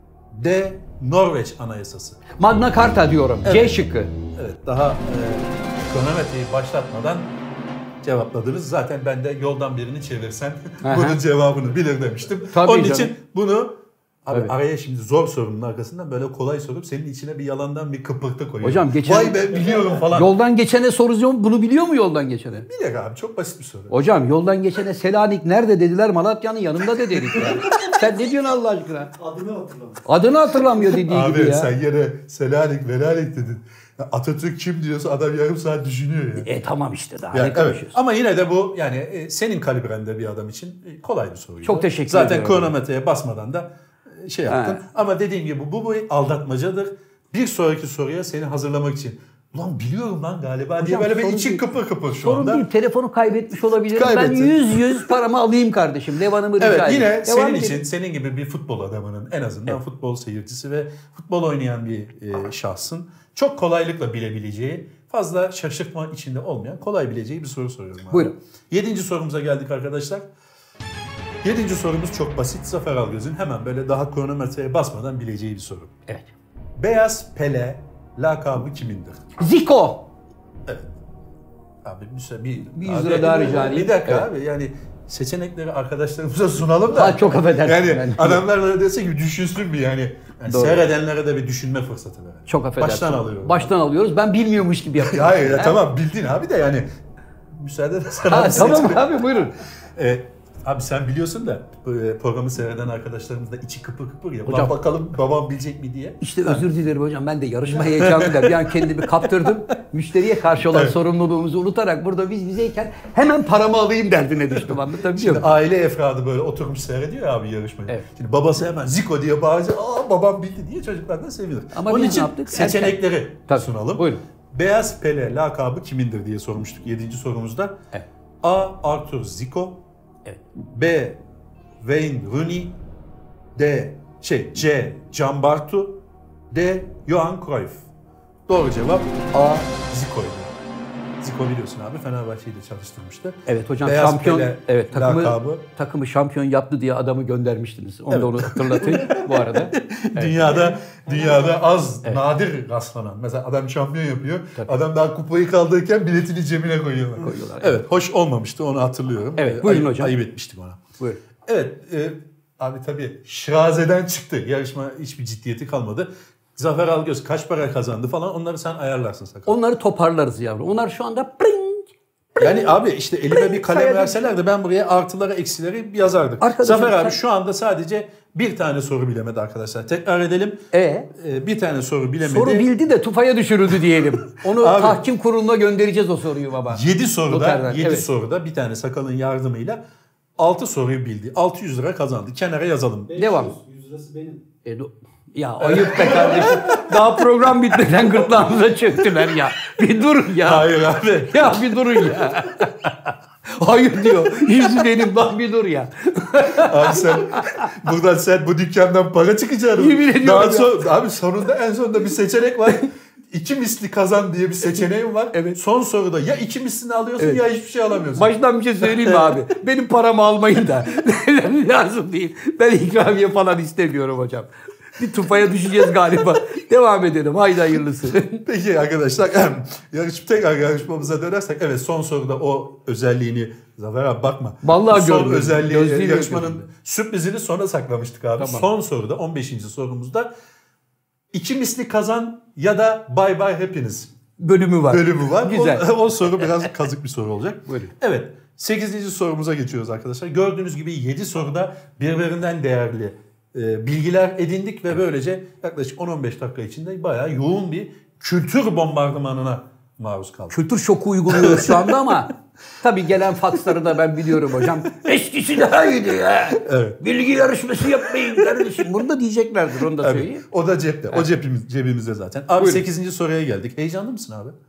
D. Norveç Anayasası. Magna Carta diyorum. Evet. C şıkkı. Evet. Daha e, kronometreyi başlatmadan cevapladınız. Zaten ben de yoldan birini çevirsen bunun cevabını bilir demiştim. Tabii Onun canım. için bunu abi Tabii. araya şimdi zor sorunun arkasından böyle kolay sorup senin içine bir yalandan bir kıpırtı koyuyorum. Hocam geçen... Vay be biliyorum falan. Yoldan geçene soracağım. Bunu biliyor mu yoldan geçene? Bilir abi, çok basit bir soru. Hocam yoldan geçene Selanik nerede dediler, Malatya'nın yanında de dedik ya. Sen ne diyorsun Allah aşkına? Adını hatırlamıyorum. Adını hatırlamıyor dediği abi, gibi ya. Abi sen yine Selanik, Velanik dedin. Atatürk kim diyorsa adam yarım saat düşünüyor ya. E tamam işte daha yani, ne konuşuyorsun. Evet. Ama yine de bu yani e, senin kalibrende bir adam için e, kolay bir soruydu. Çok teşekkür Zaten ediyorum. Zaten kronometreye basmadan da e, şey yaptın. Ha. Ama dediğim gibi bu, bu aldatmacadır. Bir sonraki soruya seni hazırlamak için. Ulan biliyorum lan galiba Hocam, diye böyle bir için kıpır kıpır şu sorun anda. Sorun değil. Telefonu kaybetmiş olabilirim. Ben yüz yüz paramı alayım kardeşim. Levan'ımı rica Evet edeyim. yine Devam senin edelim. için senin gibi bir futbol adamının en azından evet. futbol seyircisi ve futbol oynayan bir e, şahsın çok kolaylıkla bilebileceği, fazla şaşırtma içinde olmayan, kolay bileceği bir soru soruyorum abi. Buyurun. Yedinci sorumuza geldik arkadaşlar. Yedinci sorumuz çok basit. Zafer Algöz'ün hemen böyle daha kronometreye basmadan bileceği bir soru. Evet. Beyaz Pele lakabı kimindir? Zico. Evet. Abi bir, bir, bir yüz lira daha rica edeyim. Bir dakika evet. abi yani seçenekleri arkadaşlarımıza sunalım da. Ha, çok affedersin. Yani ben. adamlar da dese ki düşünsün bir yani. yani seyredenlere de bir düşünme fırsatı verelim. Çok affedersin. Baştan alıyorum. Baştan alıyoruz. Ben bilmiyormuş gibi yapıyorum. Hayır ya, tamam bildin abi de yani müsaade edersen. Ha, tamam abi buyurun. Ee, abi sen biliyorsun da programı seyreden arkadaşlarımız da içi kıpır kıpır ya. Hocam, bakalım babam bilecek mi diye. İşte ha. özür dilerim hocam. Ben de yarışma heyecanıyla bir an kendimi kaptırdım. Müşteriye karşı olan evet. sorumluluğumuzu unutarak burada biz bizeyken hemen paramı alayım derdine düştüm. Anlatabiliyor muyum? Aile efradı böyle oturmuş seyrediyor abi yarışmayı. Evet. Şimdi babası hemen Zico diye bağırınca aa babam bildi diye çocuklar da sevinir. Ama onun biz için ne yaptık? Seçenekleri Tabii. sunalım. Buyurun. Beyaz Pele lakabı kimindir diye sormuştuk yedinci sorumuzda. Evet. A. Arthur Zico. Evet. B. Wayne Rooney. D. Şey C. Can Bartu. D. Johan Cruyff. Doğru cevap A. Zico'ydu. Zico biliyorsun abi Fenerbahçe'yi de çalıştırmıştı. Evet hocam Beyaz şampiyon Pele evet takımı lakabı. takımı şampiyon yaptı diye adamı göndermiştiniz. Onu evet. da onu hatırlatayım bu arada. Evet. Dünyada dünyada az evet. nadir rastlanan. Mesela adam şampiyon yapıyor. Tabii. Adam daha kupayı kaldırırken biletini cebine koyuyorlar. koyuyorlar. Evet, evet, hoş olmamıştı onu hatırlıyorum. Evet, buyurun Ay, hocam. Ayıp etmiştik ona. Buyurun. Evet, e, abi tabii Şiraze'den çıktı. Yarışma hiçbir ciddiyeti kalmadı. Zafer Algöz kaç para kazandı falan onları sen ayarlarsın sakın. Onları toparlarız yavrum. Onlar şu anda pring. Yani abi işte elime bir kalem verseler de ben buraya artıları eksileri yazardım. Arkadaşım, Zafer abi sen... şu anda sadece bir tane soru bilemedi arkadaşlar. Tekrar edelim. E? Ee, bir tane soru bilemedi. Soru bildi de tufaya düşürüldü diyelim. Onu abi, tahkim kuruluna göndereceğiz o soruyu baba. yedi soruda yedi evet. soruda bir tane sakalın yardımıyla altı soruyu bildi. altı yüz lira kazandı. Kenara yazalım. Devam. yüz lirası benim. E, do- ya ayıp be kardeşim. Daha program bitmeden gırtlağımıza çöktüler ya. Bir durun ya. Hayır abi. Ya bir durun ya. Hayır diyor. Yüzü benim bak bir dur ya. Abi sen buradan sen bu dükkandan para çıkacaksın. Yemin ediyorum Daha ya. son, abi sonunda en sonunda bir seçenek var. İki misli kazan diye bir seçeneğim var. Evet. Son soruda ya iki mislini alıyorsun evet. ya hiçbir şey alamıyorsun. Baştan bir şey söyleyeyim mi abi? Benim paramı almayın da. Lazım değil. Ben ikramiye falan istemiyorum hocam. Bir tufaya düşeceğiz galiba. Devam edelim. Haydi hayırlısı. Peki arkadaşlar yarış, tekrar yarışmamıza dönersek evet son soruda o özelliğini Zafer abi bakma. Vallahi son gördüm. özelliği Gözlüğüyle yarışmanın gördüm. sürprizini sona saklamıştık abi. Tamam. Son soruda on beşinci sorumuzda iki misli kazan ya da bye bye hepiniz Bölümü var. Bölümü var. Güzel. O, o soru biraz kazık bir soru olacak. Buyurun. Evet. sekizinci sorumuza geçiyoruz arkadaşlar. Gördüğünüz gibi yedi soruda birbirinden değerli e, bilgiler edindik ve böylece yaklaşık on on beş dakika içinde bayağı yoğun bir kültür bombardımanına maruz kaldık. Kültür şoku uyguluyoruz şu anda ama tabii gelen faksları da ben biliyorum hocam. Eskisi daha iyiydi ya. Evet. Bilgi yarışması yapmayın kardeşim. Bunu da diyeceklerdir onu da söyleyeyim. O da cepte. Evet. O cebimiz, cebimizde zaten. Abi sekizinci soruya geldik. Heyecanlı mısın abi?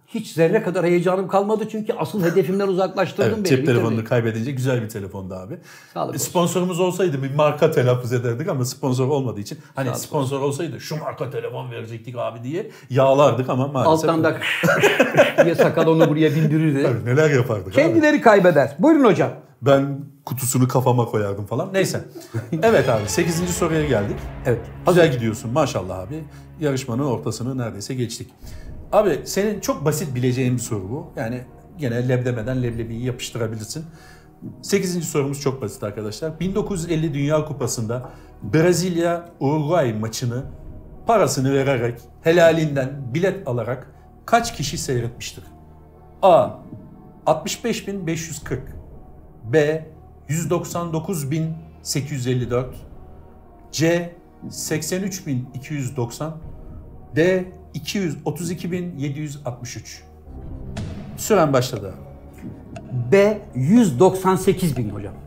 Hiç zerre kadar heyecanım kalmadı çünkü asıl hedefimden uzaklaştırdın evet, beni. Cep telefonunu kaybedince güzel bir telefondu abi. Sağlık Sponsorumuz olsaydı bir marka telaffuz ederdik ama sponsor olmadığı için hani Sağlık sponsor olsun. olsaydı şu marka telefon verecektik abi diye yağlardık ama maalesef. Alttan da diye sakal onu buraya bindirirdi. Tabii, neler yapardık. Kendileri abi. kaybeder. Buyurun hocam. Ben kutusunu kafama koyardım falan. Neyse. Evet abi sekizinci soruya geldik. Evet. Güzel gidiyorsun maşallah abi. Yarışmanın ortasını neredeyse geçtik. Abi senin çok basit bileceğin bir soru bu. Yani gene leblemeden leblebiyi yapıştırabilirsin. sekizinci sorumuz çok basit arkadaşlar. bin dokuz yüz elli Dünya Kupası'nda Brezilya-Uruguay maçını parasını vererek, helalinden bilet alarak kaç kişi seyretmiştir? A. altmış beş bin beş yüz kırk B. yüz doksan dokuz bin sekiz yüz elli dört C. seksen üç bin iki yüz doksan D. iki yüz otuz iki bin yedi yüz altmış üç. Süren başladı. B. yüz doksan sekiz bin hocam.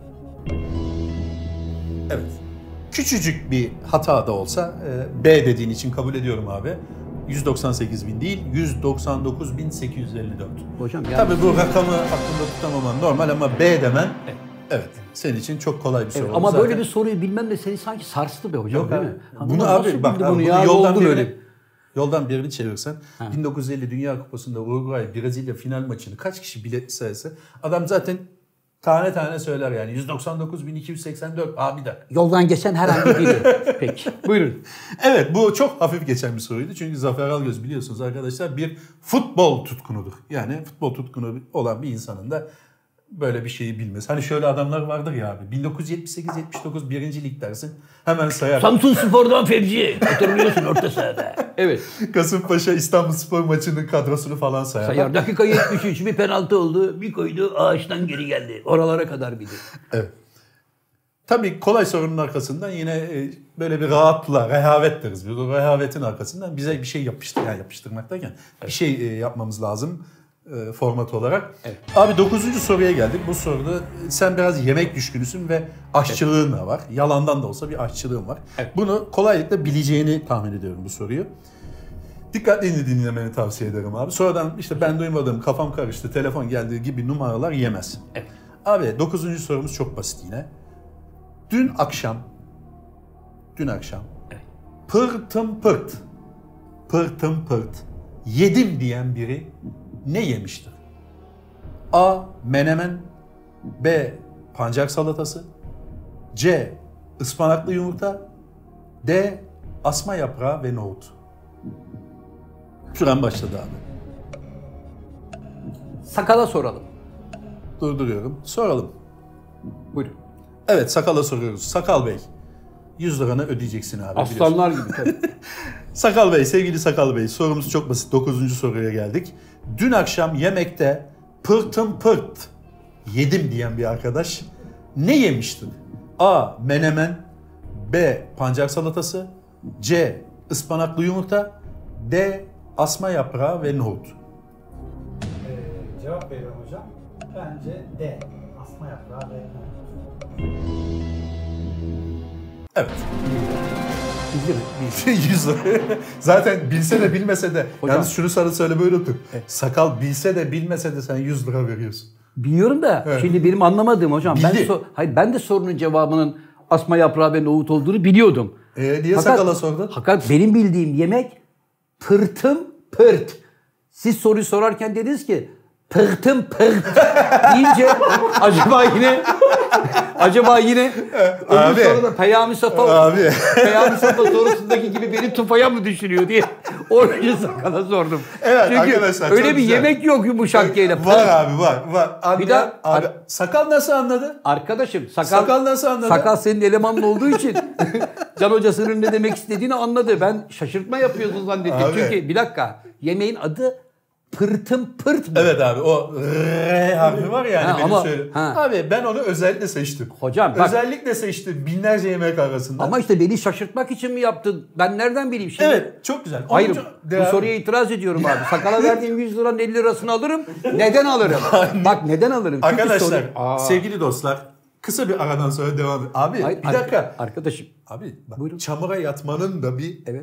Evet. Küçücük bir hata da olsa B dediğin için kabul ediyorum abi. yüz doksan sekiz bin değil, yüz doksan dokuz bin sekiz yüz elli dört. Hocam yani... Tabii bu rakamı aklında tutamaman normal ama B demen evet, evet senin için çok kolay bir soru evet, oldu. ama zaten. böyle bir soruyu bilmem de seni sanki sarstı be hocam. Yok değil abi. mi? Bunu abi bak abi, bunu ya, yoldan birini, öyle. yoldan birini çevirsen Ha. bin dokuz yüz elli Dünya Kupası'nda Uruguay Brezilya final maçını kaç kişi bilet sayısı adam zaten tane tane söyler yani yüz doksan dokuz bin iki yüz seksen dört abi de. Yoldan geçen herhangi biri. Peki. Buyurun. Evet bu çok hafif geçen bir soruydu. Çünkü Zafer Algöz biliyorsunuz arkadaşlar bir futbol tutkunudur. Yani futbol tutkunu olan bir insanın da böyle bir şeyi bilmez. Hani şöyle adamlar vardır ya abi. bin dokuz yüz yetmiş sekiz yetmiş dokuz birinci lig dersin. Hemen sayar. Samsun Spor'dan Fevzi. Hatırlıyorsun orta sahada. Evet. Kasımpaşa İstanbulspor maçının kadrosunu falan sayar. Sayar. Dakika yetmiş üç bir penaltı oldu. Bir koydu ağaçtan geri geldi. Oralara kadar bilir. Evet. Tabii kolay sorunun arkasından yine böyle bir rahatla, rehavet deriz. Bu rehavetin arkasından bize bir şey yapıştır, yani yapıştırmak derken evet. bir şey yapmamız lazım e, format olarak. Evet. Abi dokuzuncu soruya geldik. Bu soruda sen biraz yemek düşkünüsün ve aşçılığın evet. da var. Yalandan da olsa bir aşçılığın var. Evet. Bunu kolaylıkla bileceğini tahmin ediyorum bu soruyu. Dikkatli dinlemeni tavsiye ederim abi. Sonradan işte ben duymadım, kafam karıştı, telefon geldiği gibi numaralar yemez. Evet. Abi dokuzuncu sorumuz çok basit yine. Dün akşam, dün akşam evet. pırtım pırt, pırtım pırt yedim diyen biri ne yemiştir? A. Menemen B. Pancar salatası C. Ispanaklı yumurta D. Asma yaprağı ve nohut. Süren başladı abi. Sakala soralım. Durduruyorum. Soralım. Buyurun. Evet Sakal'a soruyoruz. Sakal Bey. yüz liranı ödeyeceksin abi. Aslanlar gibi tabii. Sakal Bey, sevgili Sakal Bey sorumuz çok basit. dokuzuncu soruya geldik. Dün akşam yemekte pırtım pırt yedim diyen bir arkadaş ne yemiştir? A. Menemen B. Pancar salatası C. Ispanaklı yumurta D. Asma yaprağı ve nohut. Ee, cevap veriyorum hocam. Bence D. Asma yaprağı ve nohut. Evet. Bildi mi? yüz lira. Zaten bilse de bilmese de. Hocam, yalnız şunu sana söylemeyi unuttum. Evet. Sakal bilse de bilmese de sen yüz lira veriyorsun. Biliyorum da evet. şimdi benim anlamadığım hocam. Bildi. Ben so hayır ben de sorunun cevabının asma yaprağı ve nohut olduğunu biliyordum. Ee, niye fakat, Sakal'a sordun? Fakat benim bildiğim yemek pırtım pırt. Siz soruyu sorarken dediniz ki pırtım pırt deyince acaba yine acaba yine abi, soruda Peyami Safa abi. Peyami Safa sorusundaki gibi beni tufaya mı düşünüyor diye oraya Sakal'a sordum. Evet çünkü arkadaşlar öyle bir güzel. yemek yok yumuşak yeyle. Var abi var. var. Anlayan, bir daha abi, Sakal nasıl anladı? Arkadaşım sakal, sakal nasıl anladı? Sakal senin elemanın olduğu için Can Hocası'nın ne demek istediğini anladı. Ben şaşırtma yapıyorsun zannettim. Abi. Çünkü bir dakika yemeğin adı pırtım pırt mı? Evet abi o R harfi var yani ha, benim ama, söylediğim. ha. Abi ben onu özellikle seçtim. Hocam bak. Özellikle seçtim binlerce yemek arasında. Ama işte beni şaşırtmak için mi yaptın? Ben nereden bileyim şimdi? Evet çok güzel. Hayır Onuncu, bu devam. soruya itiraz ediyorum abi. Sakala verdiğim yüz liranın elli lirasını alırım. Neden alırım? Bak neden alırım? Çünkü Arkadaşlar soru... sevgili dostlar kısa bir aradan sonra devam edelim. Abi Hayır, bir dakika. Arkadaşım. Abi bak, Buyurun. çamura yatmanın da bir evet.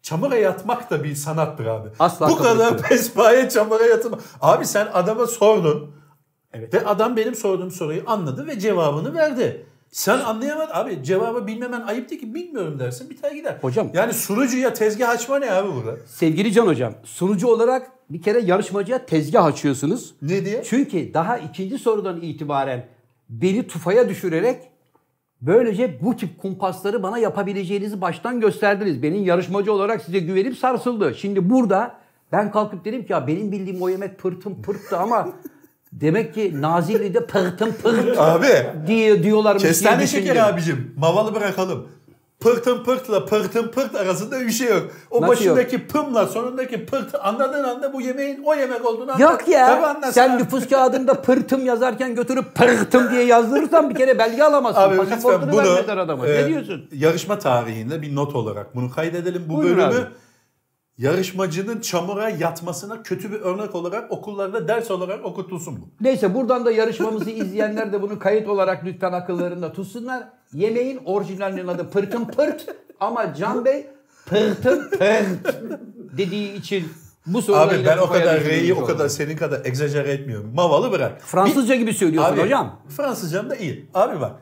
çamura yatmak da bir sanattır abi. Asla Bu kabul kadar etmiyorum. pespaye çamura yatma. Abi sen adama sordun. Evet. Ve adam benim sorduğum soruyu anladı ve cevabını verdi. Sen anlayamadın. Abi cevabı bilmemen ayıp değil ki, bilmiyorum dersin, biter gider. Hocam. Yani sunucuya tezgah açma ne abi burada? Sevgili Can Hocam, sunucu olarak bir kere yarışmacıya tezgah açıyorsunuz. Ne diye? Çünkü daha ikinci sorudan itibaren beni tufaya düşürerek böylece bu tip kumpasları bana yapabileceğinizi baştan gösterdiniz. Benim yarışmacı olarak size güvenip sarsıldı. Şimdi burada ben kalkıp dedim ki ya benim bildiğim o yemek pırtım pırttı ama demek ki Nazilli'de pırtım pırt Abi. diye diyorlarmış. Kestane diye şekeri düşündüm. abicim. Mavalı bırakalım. Pırtın pırtla pırtın pırt arasında bir şey yok. O Nasıl başındaki pımla sonundaki pırtı anladığın anda bu yemeğin o yemek olduğunu anlar. Yok ya. Tabii anlarsın Sen abi. nüfus kağıdında pırtım yazarken götürüp pırtım diye yazdırırsan bir kere belge alamazsın. Abi Pasaportunu lütfen bunu vermezler adama. e, Ne diyorsun? yarışma tarihinde bir not olarak bunu kaydedelim. Bu Buyurun bölümü abi. yarışmacının çamura yatmasına kötü bir örnek olarak okullarda ders olarak okutulsun bu. Neyse buradan da yarışmamızı izleyenler de bunu kayıt olarak lütfen akıllarında tutsunlar. Yemeğin orijinalinin adı pırtım pırt ama Can Bey pırtım pırt dediği için bu soruda Abi yine ben o kafaya kadar düşürülmüş R'yi o oldum. kadar senin kadar egzajere etmiyorum. Mavalı bırak. Fransızca gibi söylüyorsun Abi, hocam. Fransızcam da iyi. Abi bak.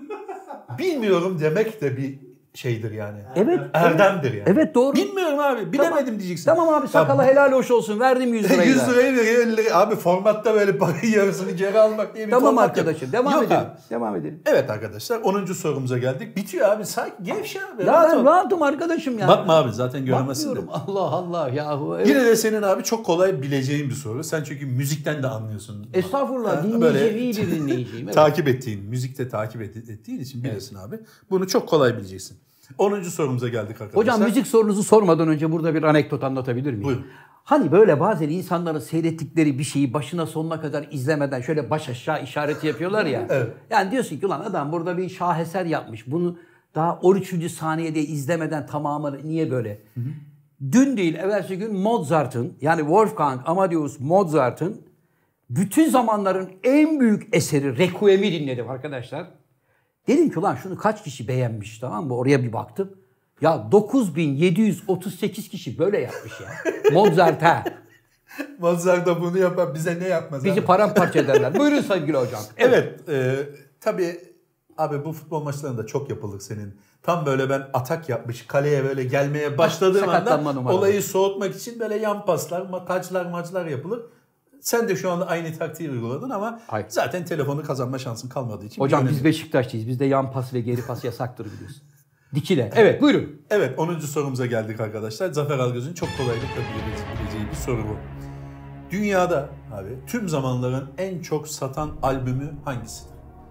Bilmiyorum demek de bir şeydir yani. Evet. Erdemdir yani. Evet doğru. Bilmiyorum abi. Bilemedim Tamam. diyeceksin. Tamam abi sakalı helal hoş olsun. Verdim yüz lirayı yüz da. lirayı veriyor elli lirayı. Abi formatta böyle parayı yarısını geri almak diye bir Tamam format arkadaşım yok. devam Yok edelim. abi. Devam edelim. Evet arkadaşlar onuncu sorumuza geldik. Bitiyor abi. Sakin gevşe abi. Ya rahat ben ol. rahatım arkadaşım ya. Bakma abi zaten göremezsin de. Bakmıyorum. Allah Allah yahu. Evet. Yine de senin abi çok kolay bileceğin bir soru. Sen çünkü müzikten de anlıyorsun. Estağfurullah Ha, dinleyici bir dinleyiciyim. Evet. Takip ettiğin, müzikte takip et- ettiğin için bilirsin abi. Bunu çok kolay bileceksin. onuncu sorumuza geldik arkadaşlar. Hocam müzik sorunuzu sormadan önce burada bir anekdot anlatabilir miyim? Buyurun. Hani böyle bazen insanların seyrettikleri bir şeyi başına sonuna kadar izlemeden şöyle baş aşağı işareti yapıyorlar ya. Evet. Yani diyorsun ki ulan adam burada bir şaheser yapmış. Bunu daha on üçüncü saniyede izlemeden tamamını niye böyle? Hı hı. Dün değil evvelsi gün Mozart'ın yani Wolfgang Amadeus Mozart'ın bütün zamanların en büyük eseri Requiem'i dinledim arkadaşlar. Dedim ki ulan şunu kaç kişi beğenmiş tamam mı? Oraya bir baktım. Ya dokuz bin yedi yüz otuz sekiz kişi böyle yapmış ya. Mozart'a. Mozart da bunu yapar. Bize ne yapmaz Bizi abi? paramparça ederler. Buyurun sevgili hocam. Evet. e, tabii abi bu futbol maçlarında çok yapılır senin. Tam böyle ben atak yapmış kaleye böyle gelmeye başladığım sakatlanma anda numaraları. olayı soğutmak için böyle yan paslar, ma- taçlar, maçlar yapılır. Sen de şu anda aynı taktiği uyguladın ama Hayır. zaten telefonu kazanma şansın kalmadığı için. Hocam bir biz önemi- Beşiktaşlıyız. Bizde yan pas ve geri pas yasaktır biliyorsun. Dikile. Evet buyurun. Evet onuncu sorumuza geldik arkadaşlar. Zafer Algöz'ün çok kolaylıkla bilebileceği bir soru bu. Dünyada abi tüm zamanların en çok satan albümü hangisidir?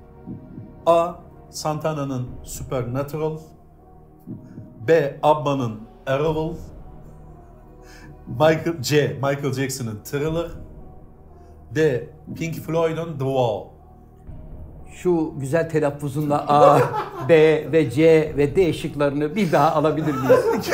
A. Santana'nın Supernatural, B. Abba'nın Arrival, Michael C. Michael Jackson'ın Thriller, D. Pink Floyd'un The Wall. Şu güzel telaffuzunla A, B ve C ve D şıklarını bir daha alabilir miyiz?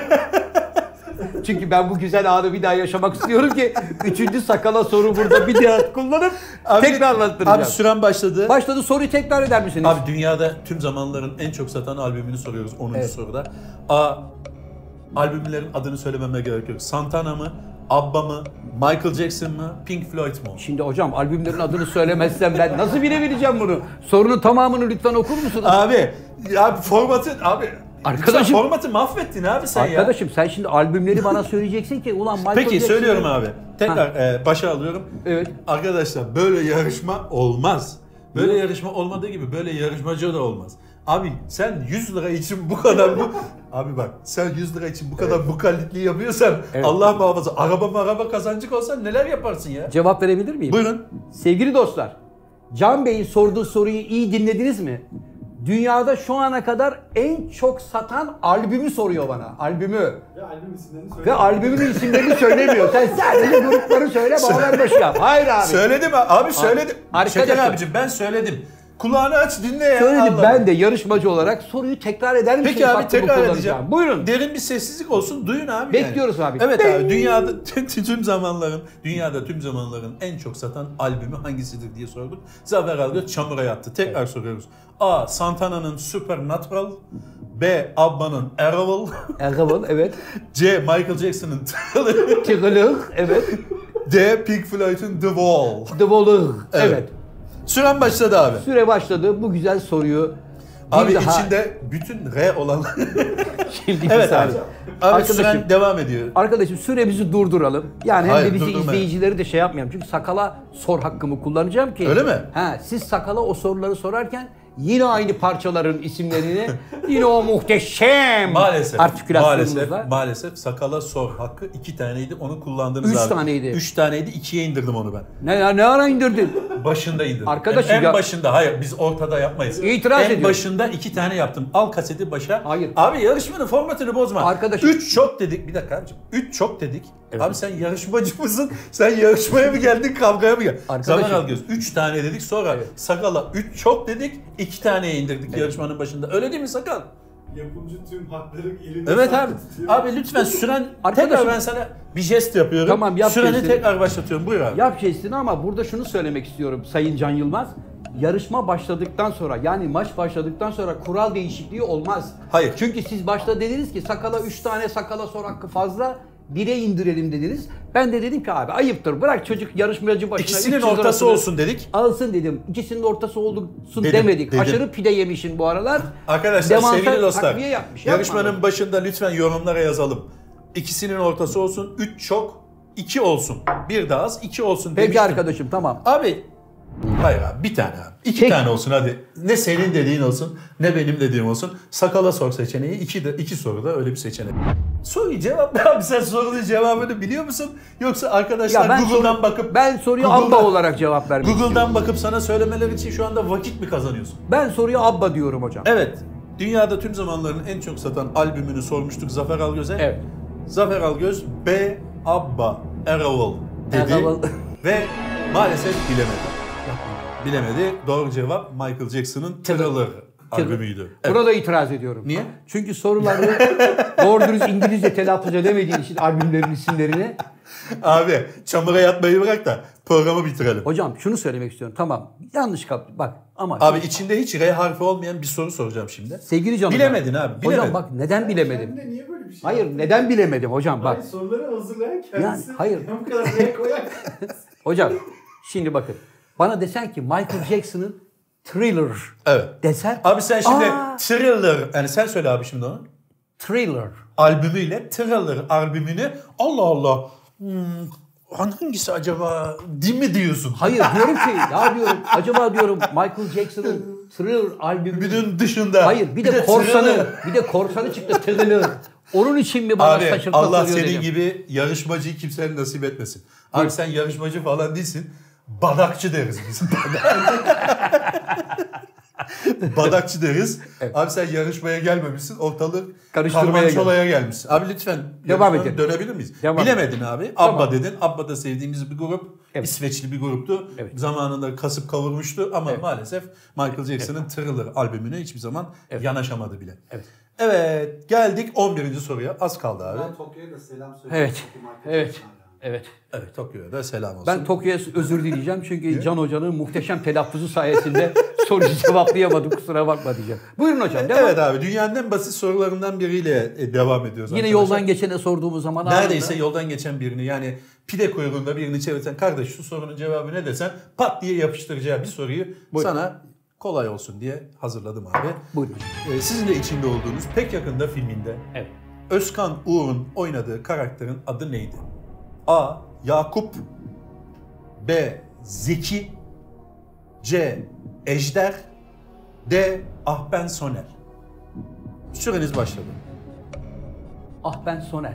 Çünkü ben bu güzel anı bir daha yaşamak istiyorum ki üçüncü sakala soru burada bir daha kullanıp Abi, tekrarlattıracağım. Abi süren başladı. Başladı soruyu tekrar eder misiniz? Abi dünyada tüm zamanların en çok satan albümünü soruyoruz onuncu Evet. soruda. A. Albümlerin adını söylememe gerek yok. Santana mı? Abba mı? Michael Jackson mı? Pink Floyd mu? Şimdi hocam albümlerin adını söylemezsem ben nasıl bilebileceğim bunu? Sorunun tamamını lütfen okur musunuz? Abi, ya formatı abi Arkadaşım- lütfen formatı mahvettin abi sen ya. Arkadaşım sen şimdi albümleri bana söyleyeceksin ki ulan Michael Peki Jackson- söylüyorum abi. Tekrar e, başa alıyorum. Evet. Arkadaşlar böyle yarışma olmaz. Böyle yarışma olmadığı gibi böyle yarışmacı da olmaz. Abi sen yüz lira için bu kadar bu abi bak sen yüz lira için bu kadar evet. mukallitliği yapıyorsan Evet. Allah muhafaza araba araba kazancık olsan neler yaparsın ya? Cevap verebilir miyim? Buyurun. Sevgili dostlar, Can Bey'in sorduğu soruyu iyi dinlediniz mi? Dünyada şu ana kadar en çok satan albümü soruyor bana. Albümü. Ve albüm isimlerini söyle. Ve albümün isimlerini söylemiyor. Sen sadece grupları söyle, bağlar başı yap. Hayır abi. Söyledim abi söyledim. Arkadaşım. Şeker abicim ben söyledim. Kulağını aç dinle ya. Söyledim Allah. ben de yarışmacı olarak soruyu tekrar eder misiniz? Peki abi Hakkımı tekrar kullanacağım. edeceğim. Buyurun. Derin bir sessizlik olsun. Duyun abi. Bekliyoruz yani. abi. Evet Bing. abi. Dünyada tüm zamanların dünyada tüm zamanların en çok satan albümü hangisidir diye sorduk. Zafer Algöz çamura yattı. Tekrar evet. soruyoruz. A. Santana'nın Supernatural, B. Abba'nın Arrival. Arrival, evet. C. Michael Jackson'ın Thriller. Thriller, evet. D. Pink Floyd'un The Wall. The Wall, evet. evet. Süren başladı abi. Süre başladı. Bu güzel soruyu bir abi daha... içinde bütün R olan... Şimdi evet abi. Abi Arkadaşım, süren devam ediyor. Arkadaşım süremizi durduralım. Yani hem Hayır, de bizi durdurmayın. izleyicileri de şey yapmayalım. Çünkü sakala sor hakkımı kullanacağım ki. Öyle mi? Ha, siz sakala o soruları sorarken yine aynı parçaların isimlerini yine o muhteşem maalesef, artikülasyonunuzla. Maalesef, maalesef sakala sor hakkı iki taneydi. Onu kullandınız Üç abi. taneydi. Üç taneydi. ikiye indirdim onu ben. Ne, ne ara indirdin? Başında indirdim. Arkadaşım en ya- başında. Hayır biz ortada yapmayız. İtiraz en ediyorum. başında iki tane yaptım. Al kaseti başa. Hayır. Abi yarışmanın formatını bozma. Arkadaşım- Üç çok dedik. Bir dakika abicim. Üç çok dedik. Abi sen yarışmacı mısın? Sen yarışmaya mı geldin, kavgaya mı geldin? Arkadaşım- Zaman al göz. Üç tane dedik, sonra sakala üç çok dedik. iki taneye indirdik yarışmanın başında. Öyle değil mi sakal? Yapımcı tüm hakları elinde Evet abi. tutuyor. Abi lütfen süren Arkadaşım- tekrar ben sana bir jest yapıyorum. Tamam, yap Süreni jestini. tekrar başlatıyorum. Buyur abi. Yap şeysini ama burada şunu söylemek istiyorum Sayın Can Yılmaz. Yarışma başladıktan sonra yani maç başladıktan sonra kural değişikliği olmaz. Hayır. Çünkü siz başta dediniz ki sakala üç tane sakala sor hakkı fazla bire indirelim dediniz. Ben de dedim ki abi ayıptır bırak çocuk yarışmacı başına. İkisinin üç yüz ortası lirasını olsun dedik. Alsın dedim. İkisinin ortası olsun Dedim, demedik. dedim. Aşırı pide yemişin bu aralar. Arkadaşlar Demansa sevgili dostlar. takviye yapmış, yapma Yarışmanın abi. başında lütfen yorumlara yazalım. İkisinin ortası olsun. Üç çok. iki olsun. Bir daha az. iki olsun Peki demiştim. arkadaşım tamam. Abi hayır abi bir tane abi. İki Peki. tane olsun hadi. Ne senin dediğin olsun ne benim dediğim olsun. Sakala sor seçeneği. İki, de, iki soruda öyle bir seçenek. Soruyu cevap abi sen sorunun cevabını biliyor musun? Yoksa arkadaşlar ben Google'dan soru- bakıp ben soruyu Google'dan- Abba olarak cevap vermek istiyorum. Google'dan bakıp sana söylemeler için şu anda vakit mi kazanıyorsun? Ben soruyu Abba diyorum hocam. Evet. Dünyada tüm zamanların en çok satan albümünü sormuştuk Zafer Algöz'e. Evet. Zafer Algöz B. Abba Arrival dedi Arrival. ve maalesef bilemedi. Bilemedi. Doğru cevap Michael Jackson'ın Thriller albümüydü. Evet. Burada itiraz ediyorum. Niye? Çünkü soruları doğru dürüst İngilizce telaffuz edemediğin için albümlerin isimlerini. Abi çamura yatmayı bırak da programı bitirelim. Hocam şunu söylemek istiyorum. Tamam yanlış kaptım. Bak ama. Abi içinde hiç R harfi olmayan bir soru soracağım şimdi. Sevgili canım. Bilemedin abi. Bilemedin. Hocam bak neden bilemedim? Kendine niye böyle bir şey Hayır yaptın? neden bilemedim hocam bak. Hayır, soruları hazırlayan kendisi. Yani, hayır. Ben bu kadar ne koyar? Hocam şimdi bakın. Bana desen ki Michael Jackson'ın Thriller Evet. desen. Abi sen şimdi Aa! Thriller, yani sen söyle abi şimdi onu. Thriller. Albümüyle Thriller albümünü Allah Allah. Hmm, hangisi acaba değil mi diyorsun? Hayır diyorum ki ya diyorum acaba diyorum Michael Jackson'ın Thriller albümünün Albümünün dışında. hayır bir de korsanı Thriller. bir de korsanı çıktı Thriller. Onun için mi bana Abi şaşırtma Allah soruyor senin dedim. gibi yarışmacıyı kimsenin nasip etmesin. Abi sen yarışmacı falan değilsin. Badakçı deriz biz. Badakçı deriz. Evet. Abi sen yarışmaya gelmemişsin. Ortalığı Karıştırmaya karmançolaya gelmişsin. Abi lütfen Devam yarışmaya edelim. dönebilir miyiz? Devam Bilemedin abi. Abba Tamam. dedin. Abba da sevdiğimiz bir grup. Evet. İsveçli bir gruptu. Evet. Zamanında kasıp kavurmuştu ama Evet. maalesef Michael Jackson'ın Thriller albümüne hiçbir zaman Evet. yanaşamadı bile. Evet. Evet, geldik on birinci soruya. Az kaldı abi. Ben Tokyo'ya da selam söyleyeyim. Evet. Michael Evet. Jackson'a. Evet. Evet, Tokyo'ya da selam olsun. Ben Tokyo'ya özür dileyeceğim çünkü Can Hoca'nın muhteşem telaffuzu sayesinde soruyu cevaplayamadım kusura bakma diyeceğim. Buyurun hocam devam. Evet abi, dünyanın en basit sorularından biriyle e, devam ediyoruz. Yine arkadaşlar. yoldan geçene sorduğumuz zaman Neredeyse anında- yoldan geçen birini, yani pide kuyruğunda birini çevirsen, kardeş şu sorunun cevabı ne desen pat diye yapıştıracağı bir soruyu Buyurun. sana kolay olsun diye hazırladım abi. Buyurun. Ee, sizin de içinde olduğunuz Pek Yakında filminde Evet. Özkan Uğur'un oynadığı karakterin adı neydi? A. Yakup, B. Zeki, C. Ejder, D. Ahben Soner. Süreniz başladı. Ah ben Soner.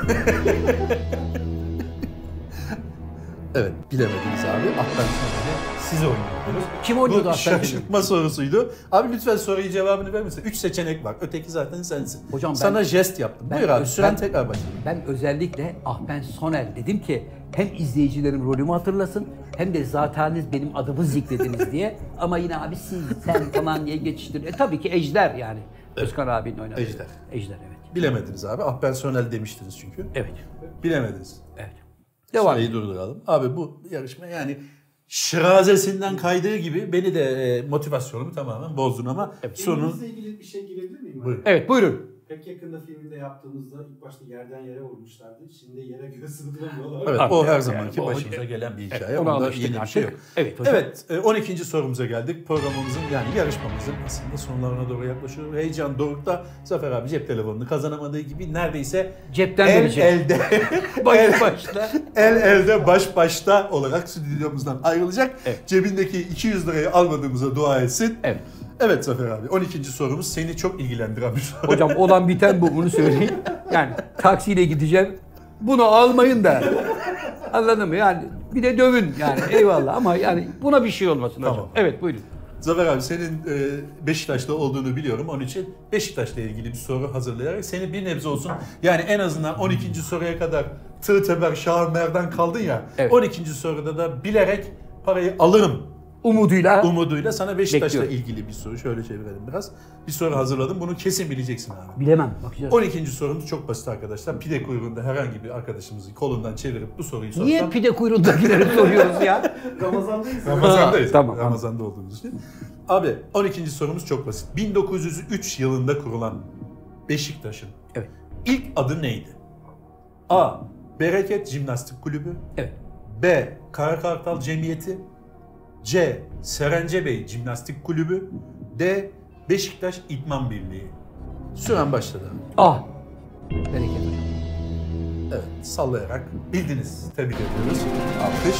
Evet, bilemediniz abi. Ahben Soner'i siz oynuyordunuz. Kim oynuyordu Bu Ahben Soner'i? şaşırtma sorusuydu. Abi lütfen soruyu cevabını vermesin. Üç seçenek var. Öteki zaten sensin. Hocam ben- Sana jest yaptım. ben- Buyur abi. ben- Süren tekrar başladı. Ben özellikle Ah ben Soner dedim ki hem izleyicilerim rolümü hatırlasın hem de zaten benim adımı zikrediniz diye. Ama yine abi siz sen falan diye geçiştir. E tabii ki Ejder yani. Özkan abinin oynadığı. Ejder. Ejder evet. Bilemediniz abi. Ahben Soner demiştiniz çünkü. Evet. Bilemediniz. Evet. Devam. Süreyi durduralım. Abi bu yarışma yani şirazesinden kaydığı gibi beni de e, motivasyonumu tamamen bozdun ama evet. sorunun... Filminizle ilgili bir şey girebilir miyim? Buyurun. Evet buyurun. Pek yakında filminde yaptığımızda ilk başta yerden yere vurmuşlardı. Şimdi yere göğe sığdıramıyorlar. Evet, Abi, o her yani, zamanki yani, başımıza o, gelen bir hikaye. Evet, Onda alıştık yeni bir şey yok. Evet hocam. Evet, on ikinci sorumuza geldik. Programımızın yani yarışmamızın aslında sonlarına doğru yaklaşıyor. Heyecan dorukta. Zafer abi cep telefonunu kazanamadığı gibi neredeyse cepten el verecek. elde Baş el, başta. el elde baş başta olarak stüdyomuzdan ayrılacak. Evet. Cebindeki iki yüz lirayı almadığımıza dua etsin. Evet. Evet Zafer abi, on ikinci sorumuz seni çok ilgilendiren bir soru. Hocam olan biten bu, bunu söyleyeyim. Yani taksiyle gideceğim. Bunu almayın da. Anladın mı? Yani bir de dövün yani eyvallah ama yani buna bir şey olmasın hocam. Tamam. Evet buyurun. Zafer abi senin e, Beşiktaş'ta olduğunu biliyorum. Onun için Beşiktaş'la ilgili bir soru hazırlayarak seni bir nebze olsun. Yani en azından on ikinci soruya kadar tığ teber şahı merdan kaldın ya. Evet. on ikinci soruda da bilerek parayı alırım Umuduyla. umuduyla sana Beşiktaş'la Bekliyorum. ilgili bir soru. Şöyle çevirelim biraz. Bir soru hazırladım. Bunu kesin bileceksin abi. Bilemem. Bakacağız. on ikinci sorumuz çok basit arkadaşlar. Pide kuyruğunda herhangi bir arkadaşımızı kolundan çevirip bu soruyu sorsam. Niye pide kuyruğundakileri soruyoruz ya? Ramazan'dayız. Ramazan'dayız. Ha, tamam. Ramazan'da olduğumuz için. Abi on ikinci sorumuz çok basit. bin dokuz yüz üç yılında kurulan Beşiktaş'ın Evet. ilk adı neydi? A. Bereket Jimnastik Kulübü. Evet. B. Karakartal Cemiyeti. C. Serencebey Jimnastik Kulübü. D. Beşiktaş İdman Birliği. Süren başladı. Ah. Bereket hocam. Evet, sallayarak bildiniz. Tebrik ediyoruz. Alkış.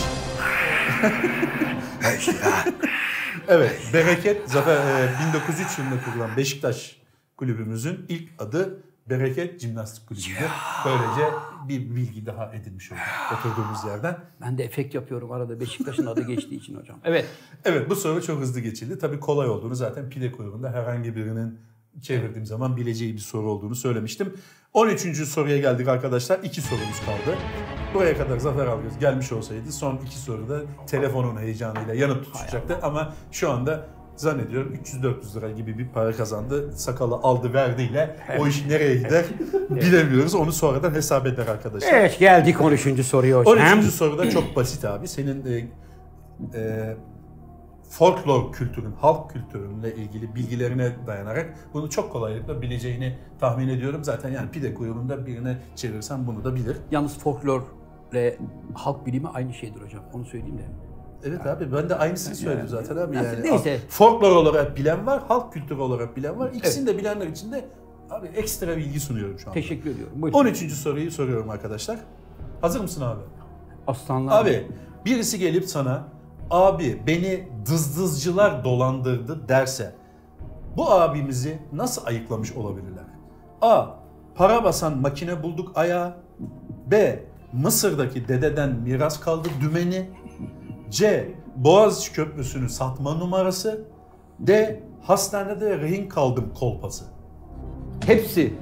Evet, Bereket Zafer e, bin dokuz yüz üç yılında kurulan Beşiktaş kulübümüzün ilk adı Bereket Jimnastik Kulübü'ydü. Böylece bir bilgi daha edinmiş olduk oturduğumuz yerden. Ben de efekt yapıyorum arada Beşiktaş'ın adı geçtiği için hocam. Evet. Evet, bu soru çok hızlı geçildi. Tabii kolay olduğunu zaten pide kuyruğunda herhangi birinin çevirdiğim zaman bileceği bir soru olduğunu söylemiştim. on üçüncü soruya geldik arkadaşlar. İki sorumuz kaldı. Buraya kadar Zafer Algöz gelmiş olsaydı son iki soruda telefonun heyecanıyla yanıp tutuşacaktı. Ama şu anda zannediyorum üç yüz dört yüz lira gibi bir para kazandı. Sakalı aldı verdiyle o iş nereye gider bilemiyoruz. Onu sonradan hesap eder arkadaşlar. Evet geldik on üçüncü soruya hocam. on üçüncü soruda çok basit abi. Senin e, e, folklor kültürün, halk kültürünle ilgili bilgilerine dayanarak bunu çok kolaylıkla bileceğini tahmin ediyorum. Zaten yani pide kuyruğunda birine çevirsen bunu da bilir. Yalnız folklor ile halk bilimi aynı şeydir hocam. Onu söyleyeyim de. Evet abi ben de aynısını söyledim zaten abi. Yani, neyse. Folklor olarak bilen var, halk kültürü olarak bilen var. İkisini de bilenler için de abi ekstra bilgi sunuyorum şu anda. Teşekkür ediyorum. Buyurun. on üçüncü soruyu soruyorum arkadaşlar. Hazır mısın abi? Aslanlar. Abi birisi gelip sana abi beni dızdızcılar dolandırdı derse bu abimizi nasıl ayıklamış olabilirler? A. Para basan makine bulduk ayağı. B. Mısır'daki dededen miras kaldı dümeni. C. Boğaziçi Köprüsü'nü satma numarası. D. Hastanede rehin kaldım kolpası. Hepsi.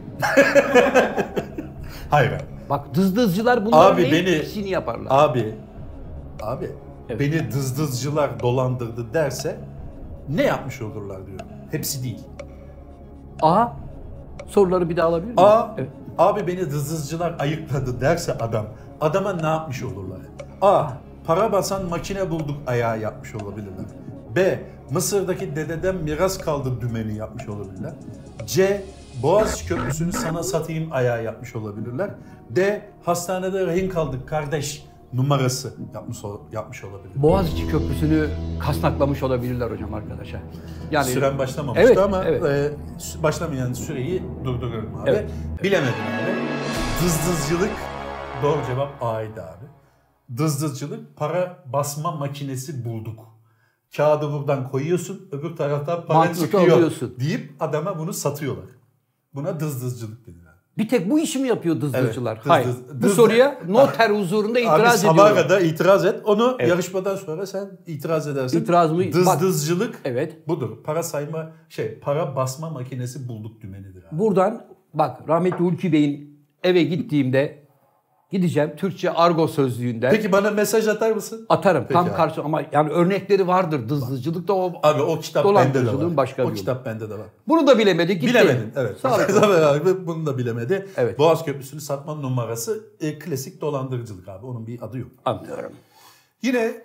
Hayır abi. Bak dızdızcılar bunların Abi beni- hepsini yaparlar. Abi, abi Evet. beni dızdızcılar dolandırdı derse ne yapmış olurlar diyor. Hepsi değil. A. Soruları bir daha alabilir miyim? A. Evet. Abi beni dızdızcılar ayıkladı derse adam, adama ne yapmış olurlar? A. Para basan makine bulduk ayağı yapmış olabilirler. B. Mısır'daki dededen miras kaldı dümeni yapmış olabilirler. C. Boğaziçi Köprüsü'nü sana satayım ayağı yapmış olabilirler. D. Hastanede rehin kaldık kardeş numarası yapmış, ol- yapmış olabilir. Boğaziçi Köprüsü'nü kasnaklamış olabilirler hocam arkadaşa. Yani Süren başlamamıştı Evet, ama evet. e, sü- başlamayan süreyi durduruyorum abi. Evet. Bilemedim abi. Dızdızcılık doğru cevap A'ydı abi. Dızdızcılık para basma makinesi bulduk. Kağıdı buradan koyuyorsun, öbür taraftan para Banknotu çıkıyor alıyorsun. deyip adama bunu satıyorlar. Buna dızdızcılık dediler. bir tek bu işi mi yapıyor dızdızcılar? Evet, dız- Hayır. dız- Bu dız- soruya noter huzurunda Abi itiraz sabaha ediyorum. kadar itiraz et. Onu Evet. yarışmadan sonra sen itiraz edersin. İtirazımı- Dızdızcılık Evet. budur. Para sayma şey para basma makinesi bulduk dümenidir abi. Buradan bak rahmetli Hulki Bey'in eve gittiğimde gideceğim Türkçe argo sözlüğünden Peki bana mesaj atar mısın? atarım. Peki Tam abi. karşı ama yani örnekleri vardır dızdızcılıkta o. Abi o kitap bende de Dolandırıcılığın var. başka bir o yolu. kitap bende de var. Bunu da bilemedi gitti. Bilemedin evet. Sağ olun. Zafer abi bunu da bilemedi. Evet. Boğaz Köprüsü'nü satma numarası e, klasik dolandırıcılık abi. Onun bir adı yok. Anlıyorum. Yine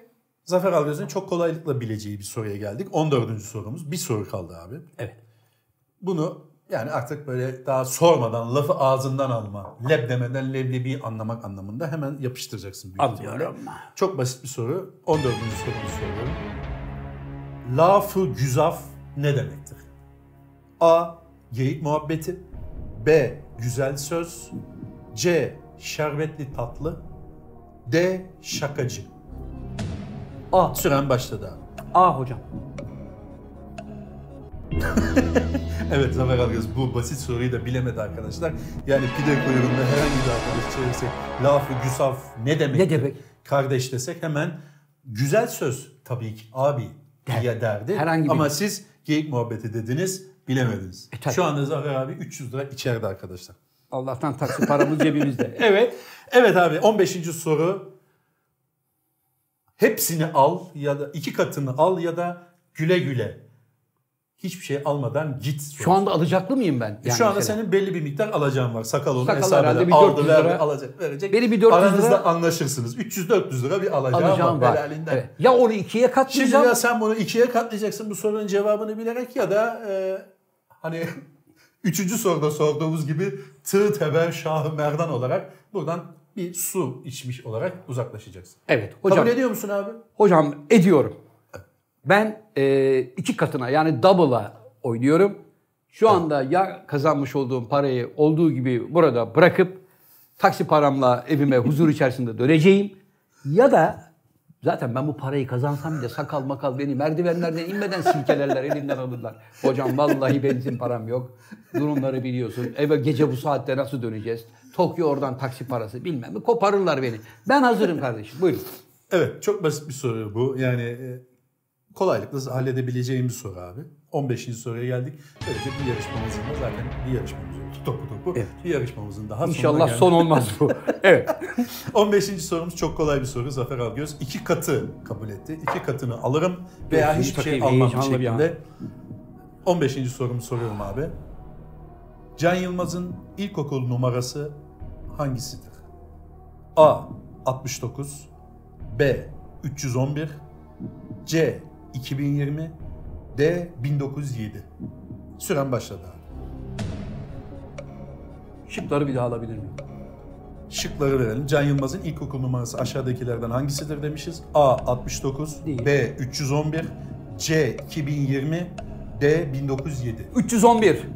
Zafer Algöz'ün çok kolaylıkla bileceği bir soruya geldik. on dördüncü sorumuz. Bir soru kaldı abi. Evet. Bunu yani artık böyle daha sormadan, lafı ağzından alma, leb demeden leblebi anlamak anlamında hemen yapıştıracaksın. Anlıyorum. Çok basit bir soru. on dördüncü sorumuzu soruyorum. Laf-ı güzaf ne demektir? A. Geyik muhabbeti. B. Güzel söz. C. Şerbetli tatlı. D. Şakacı. A. Süren başladı abi. A hocam. Evet Zafer Algöz bu basit soruyu da bilemedi arkadaşlar. Yani pide kuyruğunda herhangi bir arkadaş çevirsek laf-ı güsaf ne demek? Ne demek? Kardeş desek hemen güzel söz tabii ki abi Der. diye derdi. Herhangi Ama bir... siz geyik muhabbeti dediniz bilemediniz. E, Şu anda Zafer abi üç yüz lira içeride arkadaşlar. Allah'tan taksi paramız cebimizde. Evet. Evet abi on beşinci soru. Hepsini al ya da iki katını al ya da güle güle. Hiçbir şey almadan git. Sorusu. Şu anda alacaklı mıyım ben? Yani Şu anda mesela. senin belli bir miktar alacağın var. Sakal onu Sakal hesap herhalde eder. bir dört yüz Aldı, lira. verdi, alacak, verecek. Beni bir dört yüz Aranızda lira anlaşırsınız. üç yüz dört yüz lira bir alacağım, alacağım var. var. Helalinden. Evet. Ya onu ikiye Şimdi katlayacağım. ya sen bunu ikiye katlayacaksın bu sorunun cevabını bilerek ya da e, hani üçüncü soruda sorduğumuz gibi tığ teber şahı merdan olarak buradan bir su içmiş olarak uzaklaşacaksın. Evet hocam. Kabul ediyor musun abi? Hocam ediyorum. Ben e, iki katına yani double'a oynuyorum. Şu anda ya kazanmış olduğum parayı olduğu gibi burada bırakıp taksi paramla evime huzur içerisinde döneceğim. Ya da zaten ben bu parayı kazansam bile sakal makal beni merdivenlerden inmeden silkelerler, elinden alırlar. Hocam vallahi benzin param yok. Durumları biliyorsun. Eve gece bu saatte nasıl döneceğiz? Tokyo oradan taksi parası bilmem mi. Koparırlar beni. Ben hazırım kardeşim. Buyurun. Evet çok basit bir soru bu. Yani e, kolaylıkla halledebileceğim bir soru abi. on beşinci soruya geldik. Böylece bir yarışmamızın da zaten bir yarışmamız oldu. Topu topu. Evet. Bir yarışmamızın daha İnşallah son olmaz bu. Evet. on beşinci sorumuz çok kolay bir soru. Zafer Algöz iki katı kabul etti. İki katını alırım veya Evet, hiçbir şey takayım, almam heyecanlı bir şeklinde. on beşinci sorumu soruyorum abi. Can Yılmaz'ın ilkokul numarası hangisidir? A. altmış dokuz. B. üç yüz on bir. C. iki bin yirmi. D. bin dokuz yüz yedi. Süren başladı abi. Şıkları bir daha alabilir miyim? Şıkları verelim. Can Yılmaz'ın ilkokul numarası aşağıdakilerden hangisidir demişiz? A. altmış dokuz. Değil. B. üç yüz on bir. C. iki bin yirmi. D. bin dokuz yüz yedi. üç yüz on bir.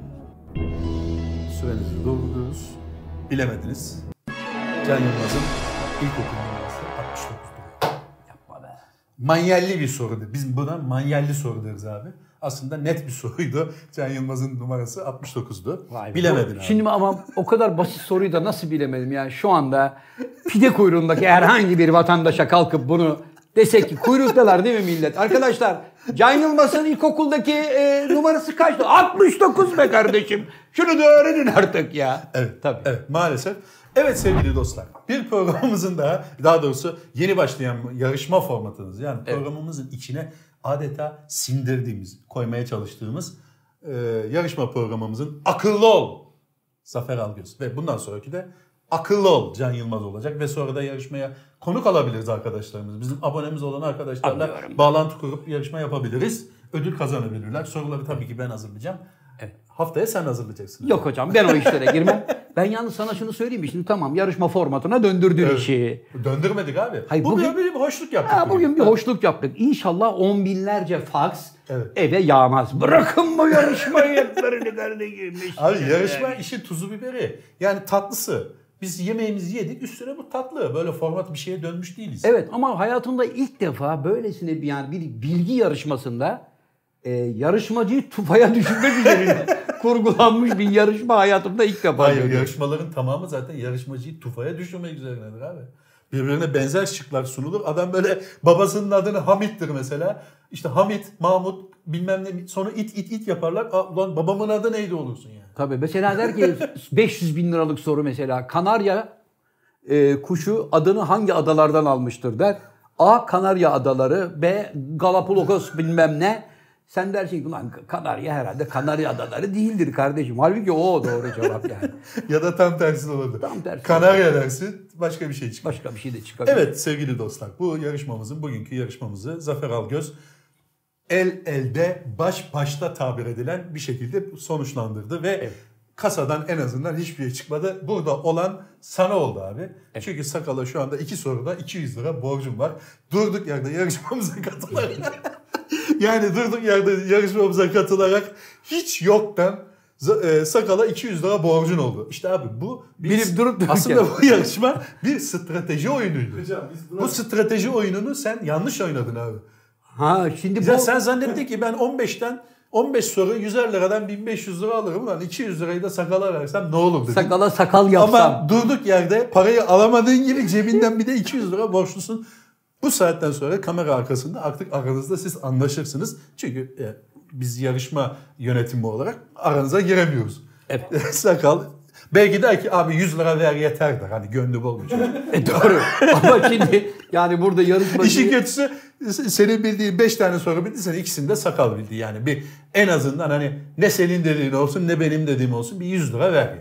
Sürenizi dolduruyoruz. Bilemediniz. Can Yılmaz'ın ilkokul numarası altmış dokuz'dur. Yapma be. Manyelli bir sorudur. Biz buna manyelli soru deriz abi. Aslında net bir soruydu. Can Yılmaz'ın numarası altmış dokuz'du. Vay be. Bilemedin abi. Şimdi ama o kadar basit soruyu da nasıl bilemedim yani şu anda pide kuyruğundaki herhangi bir vatandaşa kalkıp bunu desek ki kuyruktalar değil mi millet? Arkadaşlar Can Yılmaz'ın ilkokuldaki e, numarası kaçtı? altmış dokuz be kardeşim. Şunu da öğrenin artık ya. Evet, Tabii. evet maalesef. Evet sevgili dostlar, bir programımızın daha, daha doğrusu yeni başlayan yarışma formatımız yani Evet. programımızın içine adeta sindirdiğimiz, koymaya çalıştığımız e, yarışma programımızın akıllı ol Zafer Algöz ve bundan sonraki de akıllı ol Can Yılmaz olacak ve sonra da yarışmaya konuk alabiliriz arkadaşlarımız. Bizim abonemiz olan arkadaşlarla Anlıyorum. bağlantı kurup yarışma yapabiliriz. Ödül kazanabilirler. Soruları tabii ki ben hazırlayacağım. Evet. Haftaya sen hazırlayacaksın. Yok hocam ben o işlere girmem. Ben yalnız sana şunu söyleyeyim mi? Şimdi tamam yarışma formatına döndürdün Evet. işi. Döndürmedik abi. Hayır, Bu bugün- bir, bir hoşluk yaptık. Ha, bugün bir hoşluk yaptık. İnşallah on binlerce faks Evet. eve yağmaz. Bırakın bu yarışmayı heplerini kardeşim. Abi yarışma işin tuzu biberi. Yani tatlısı. Biz yemeğimizi yedik üstüne bu tatlı. Böyle format bir şeye dönmüş değiliz. Evet ama hayatımda ilk defa böylesine bir yani bir bilgi yarışmasında e, yarışmacıyı tufaya düşürmek üzerine kurgulanmış bir yarışma hayatımda ilk defa Hayır görüyorum. yarışmaların tamamı zaten yarışmacıyı tufaya düşürmek üzerinedir abi. Birbirine benzer şıklar sunulur. Adam böyle babasının adını Hamit'tir mesela. İşte Hamit, Mahmut bilmem ne sonra it it it yaparlar. Aa, ulan babamın adı neydi olursun yani. Tabii mesela der ki beş yüz bin liralık soru mesela Kanarya e, kuşu adını hangi adalardan almıştır der. A. Kanarya Adaları, B. Galapagos bilmem ne, Sen dersin ki ulan Kanarya herhalde Kanarya Adaları değildir kardeşim. Halbuki o doğru cevap yani. Ya da tam tersi olabilir. Tam tersi. Kanarya dersin, başka bir şey çıkar. Başka bir şey de çıkabilir. Evet sevgili dostlar, bu yarışmamızın, bugünkü yarışmamızı Zafer Algöz el elde, baş başta tabir edilen bir şekilde sonuçlandırdı ve evet. Kasadan en azından hiçbir şey çıkmadı. Burada olan sana oldu abi. Evet. Çünkü Sakal'a şu anda iki soruda iki yüz lira borcum var. Durduk yerde yarışmamıza katılarak yani durduk yerde yarışmamıza katılarak hiç yoktan Sakal'a iki yüz lira borcun oldu. İşte abi bu bir, durup aslında bu yarışma bir strateji oyunuydu. Hocam, biz buna... Bu strateji oyununu sen yanlış oynadın abi. Ha şimdi bu... Sen, sen zannettin ki ben on beşten on beş soru yüzer liradan bin beş yüz lira alırım. Ulan iki yüz lirayı da Sakal'a versem ne olur dedin. Sakala sakal yapsam. Ama durduk yerde parayı alamadığın gibi cebinden bir de iki yüz lira borçlusun. Bu saatten sonra kamera arkasında artık aranızda siz anlaşırsınız. Çünkü e, biz yarışma yönetimi olarak aranıza giremiyoruz. Evet. Sakal belki der ki abi yüz lira ver yeter der. Hani gönlü bol bir çocuk. E doğru. Ama şimdi yani burada yarışma... İşin kötüsü senin bildiğin beş tane soru bildi, sen ikisini de Sakal bildi. Yani bir en azından hani ne senin dediğin olsun ne benim dediğim olsun bir yüz lira ver.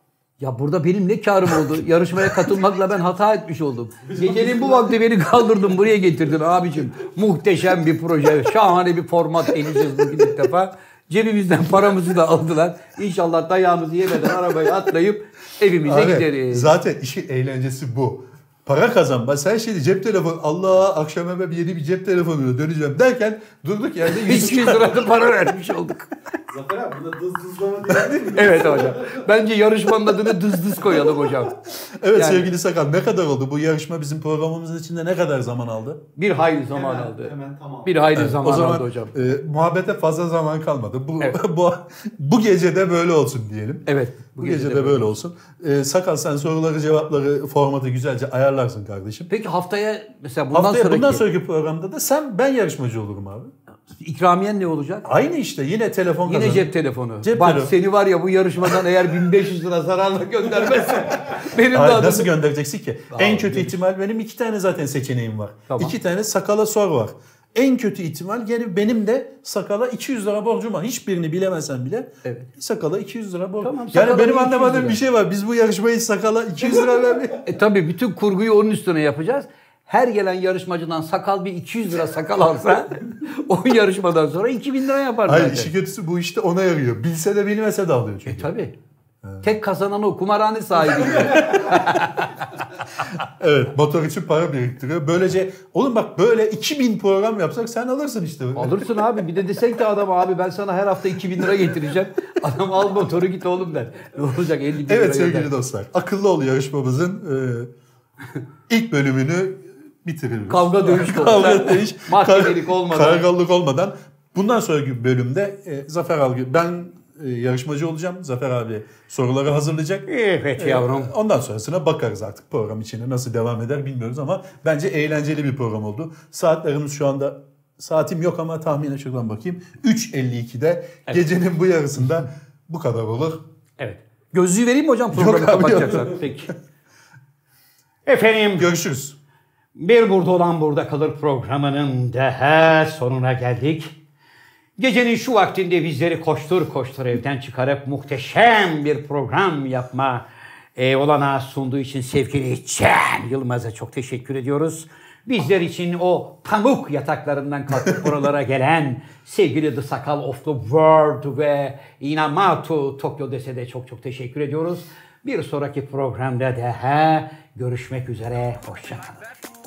Ya burada benim ne karım oldu? Yarışmaya katılmakla ben hata etmiş oldum. Gecenin bu vakti beni kaldırdın, buraya getirdin abicim. Muhteşem bir proje, şahane bir format deneyeceğiz bugün ilk defa. Cebimizden paramızı da aldılar. İnşallah dayağımızı yemeden arabaya atlayıp evimize Abi, gideriz. Zaten işin eğlencesi bu. Para kazan. Sen şimdi cep telefonu, Allah akşam eve yeni bir cep telefonuyla döneceğim derken durduk yerde yüz lira da para vermiş olduk. Zafer abi buna dız dızlama değil mi? Evet hocam. Bence yarışmanın adını dız dız koyalım hocam. Evet yani, sevgili Sakal, ne kadar oldu? Bu yarışma bizim programımızın içinde ne kadar zaman aldı? Bir hayli zaman hemen, aldı. Hemen tamam. Bir hayli evet, zaman o zaman, aldı hocam. E, muhabbete fazla zaman kalmadı. Bu, evet. bu bu gece de böyle olsun diyelim. Evet. Bu, bu gece, gece de böyle, böyle olsun. E, Sakal sen soruları cevapları formatı güzelce ayarlarsın kardeşim. Peki haftaya mesela bundan haftaya, sonraki... bundan sonraki programda da sen ben yarışmacı olurum abi. İkramiyen ne olacak? Aynı işte yine telefon Yine kazanır. cep telefonu. Cep Bak telefonu. Seni var ya bu yarışmadan eğer bin beş yüz lira zararla göndermezsen benim Hayır, de nasıl göndereceksin ki? Aa, en kötü görüş. ihtimal benim iki tane zaten seçeneğim var. Tamam. İki tane Sakala sor var. En kötü ihtimal gene benim de Sakala iki yüz lira borcum var. Hiçbirini bilemezsen bile evet. Sakala iki yüz lira borcum. Tamam, yani benim iki yüz anlamadığım lira. bir şey var. Biz bu yarışmayı Sakala iki yüz lira vermeyiz. E tabii bütün kurguyu onun üstüne yapacağız. Her gelen yarışmacıdan Sakal bir iki yüz lira sakal alsa o yarışmadan sonra iki bin lira yapar zaten. Hayır, işi kötüsü bu işte ona yarıyor. Bilse de bilmese de alıyor çünkü. E tabii. Evet. Tek kazanan o kumarhane sahibi. Evet, motor için para biriktiriyor. Böylece oğlum bak böyle iki bin program yapsak sen alırsın işte. Alırsın abi. Bir de desek ki adam abi ben sana her hafta iki bin lira getireceğim. Adam al motoru git oğlum der. Ne olacak elli bin lira. Evet sevgili der. dostlar. Akıllı ol yarışmamızın e, ilk bölümünü bitiriyoruz. Kavga dövüş Kavga dövüş. Mahkemelik olmadan. Karakolluk olmadan. Bundan sonraki bölümde e, Zafer abi ben e, yarışmacı olacağım. Zafer abi soruları hazırlayacak. Evet yavrum. E, ondan sonrasına bakarız artık program içine nasıl devam eder bilmiyoruz ama bence eğlenceli bir program oldu. Saatlerimiz şu anda saatim yok ama tahminen şuradan bakayım. üç elli ikide evet. Gecenin bu yarısında bu kadar olur. Evet. Gözlüğü vereyim mi hocam programı kapatacaksan? Peki. Efendim. Görüşürüz. Bir Burada Olan Burada Kalır programının daha sonuna geldik. Gecenin şu vaktinde bizleri koştur koştur evden çıkarıp muhteşem bir program yapma e, olanağı sunduğu için sevgili Cem Yılmaz'a çok teşekkür ediyoruz. Bizler için o pamuk yataklarından kalkıp buralara gelen sevgili The Sakal of the World ve Inamatu Tokyo Dese de çok çok teşekkür ediyoruz. Bir sonraki programda daha görüşmek üzere. Hoşça kalın.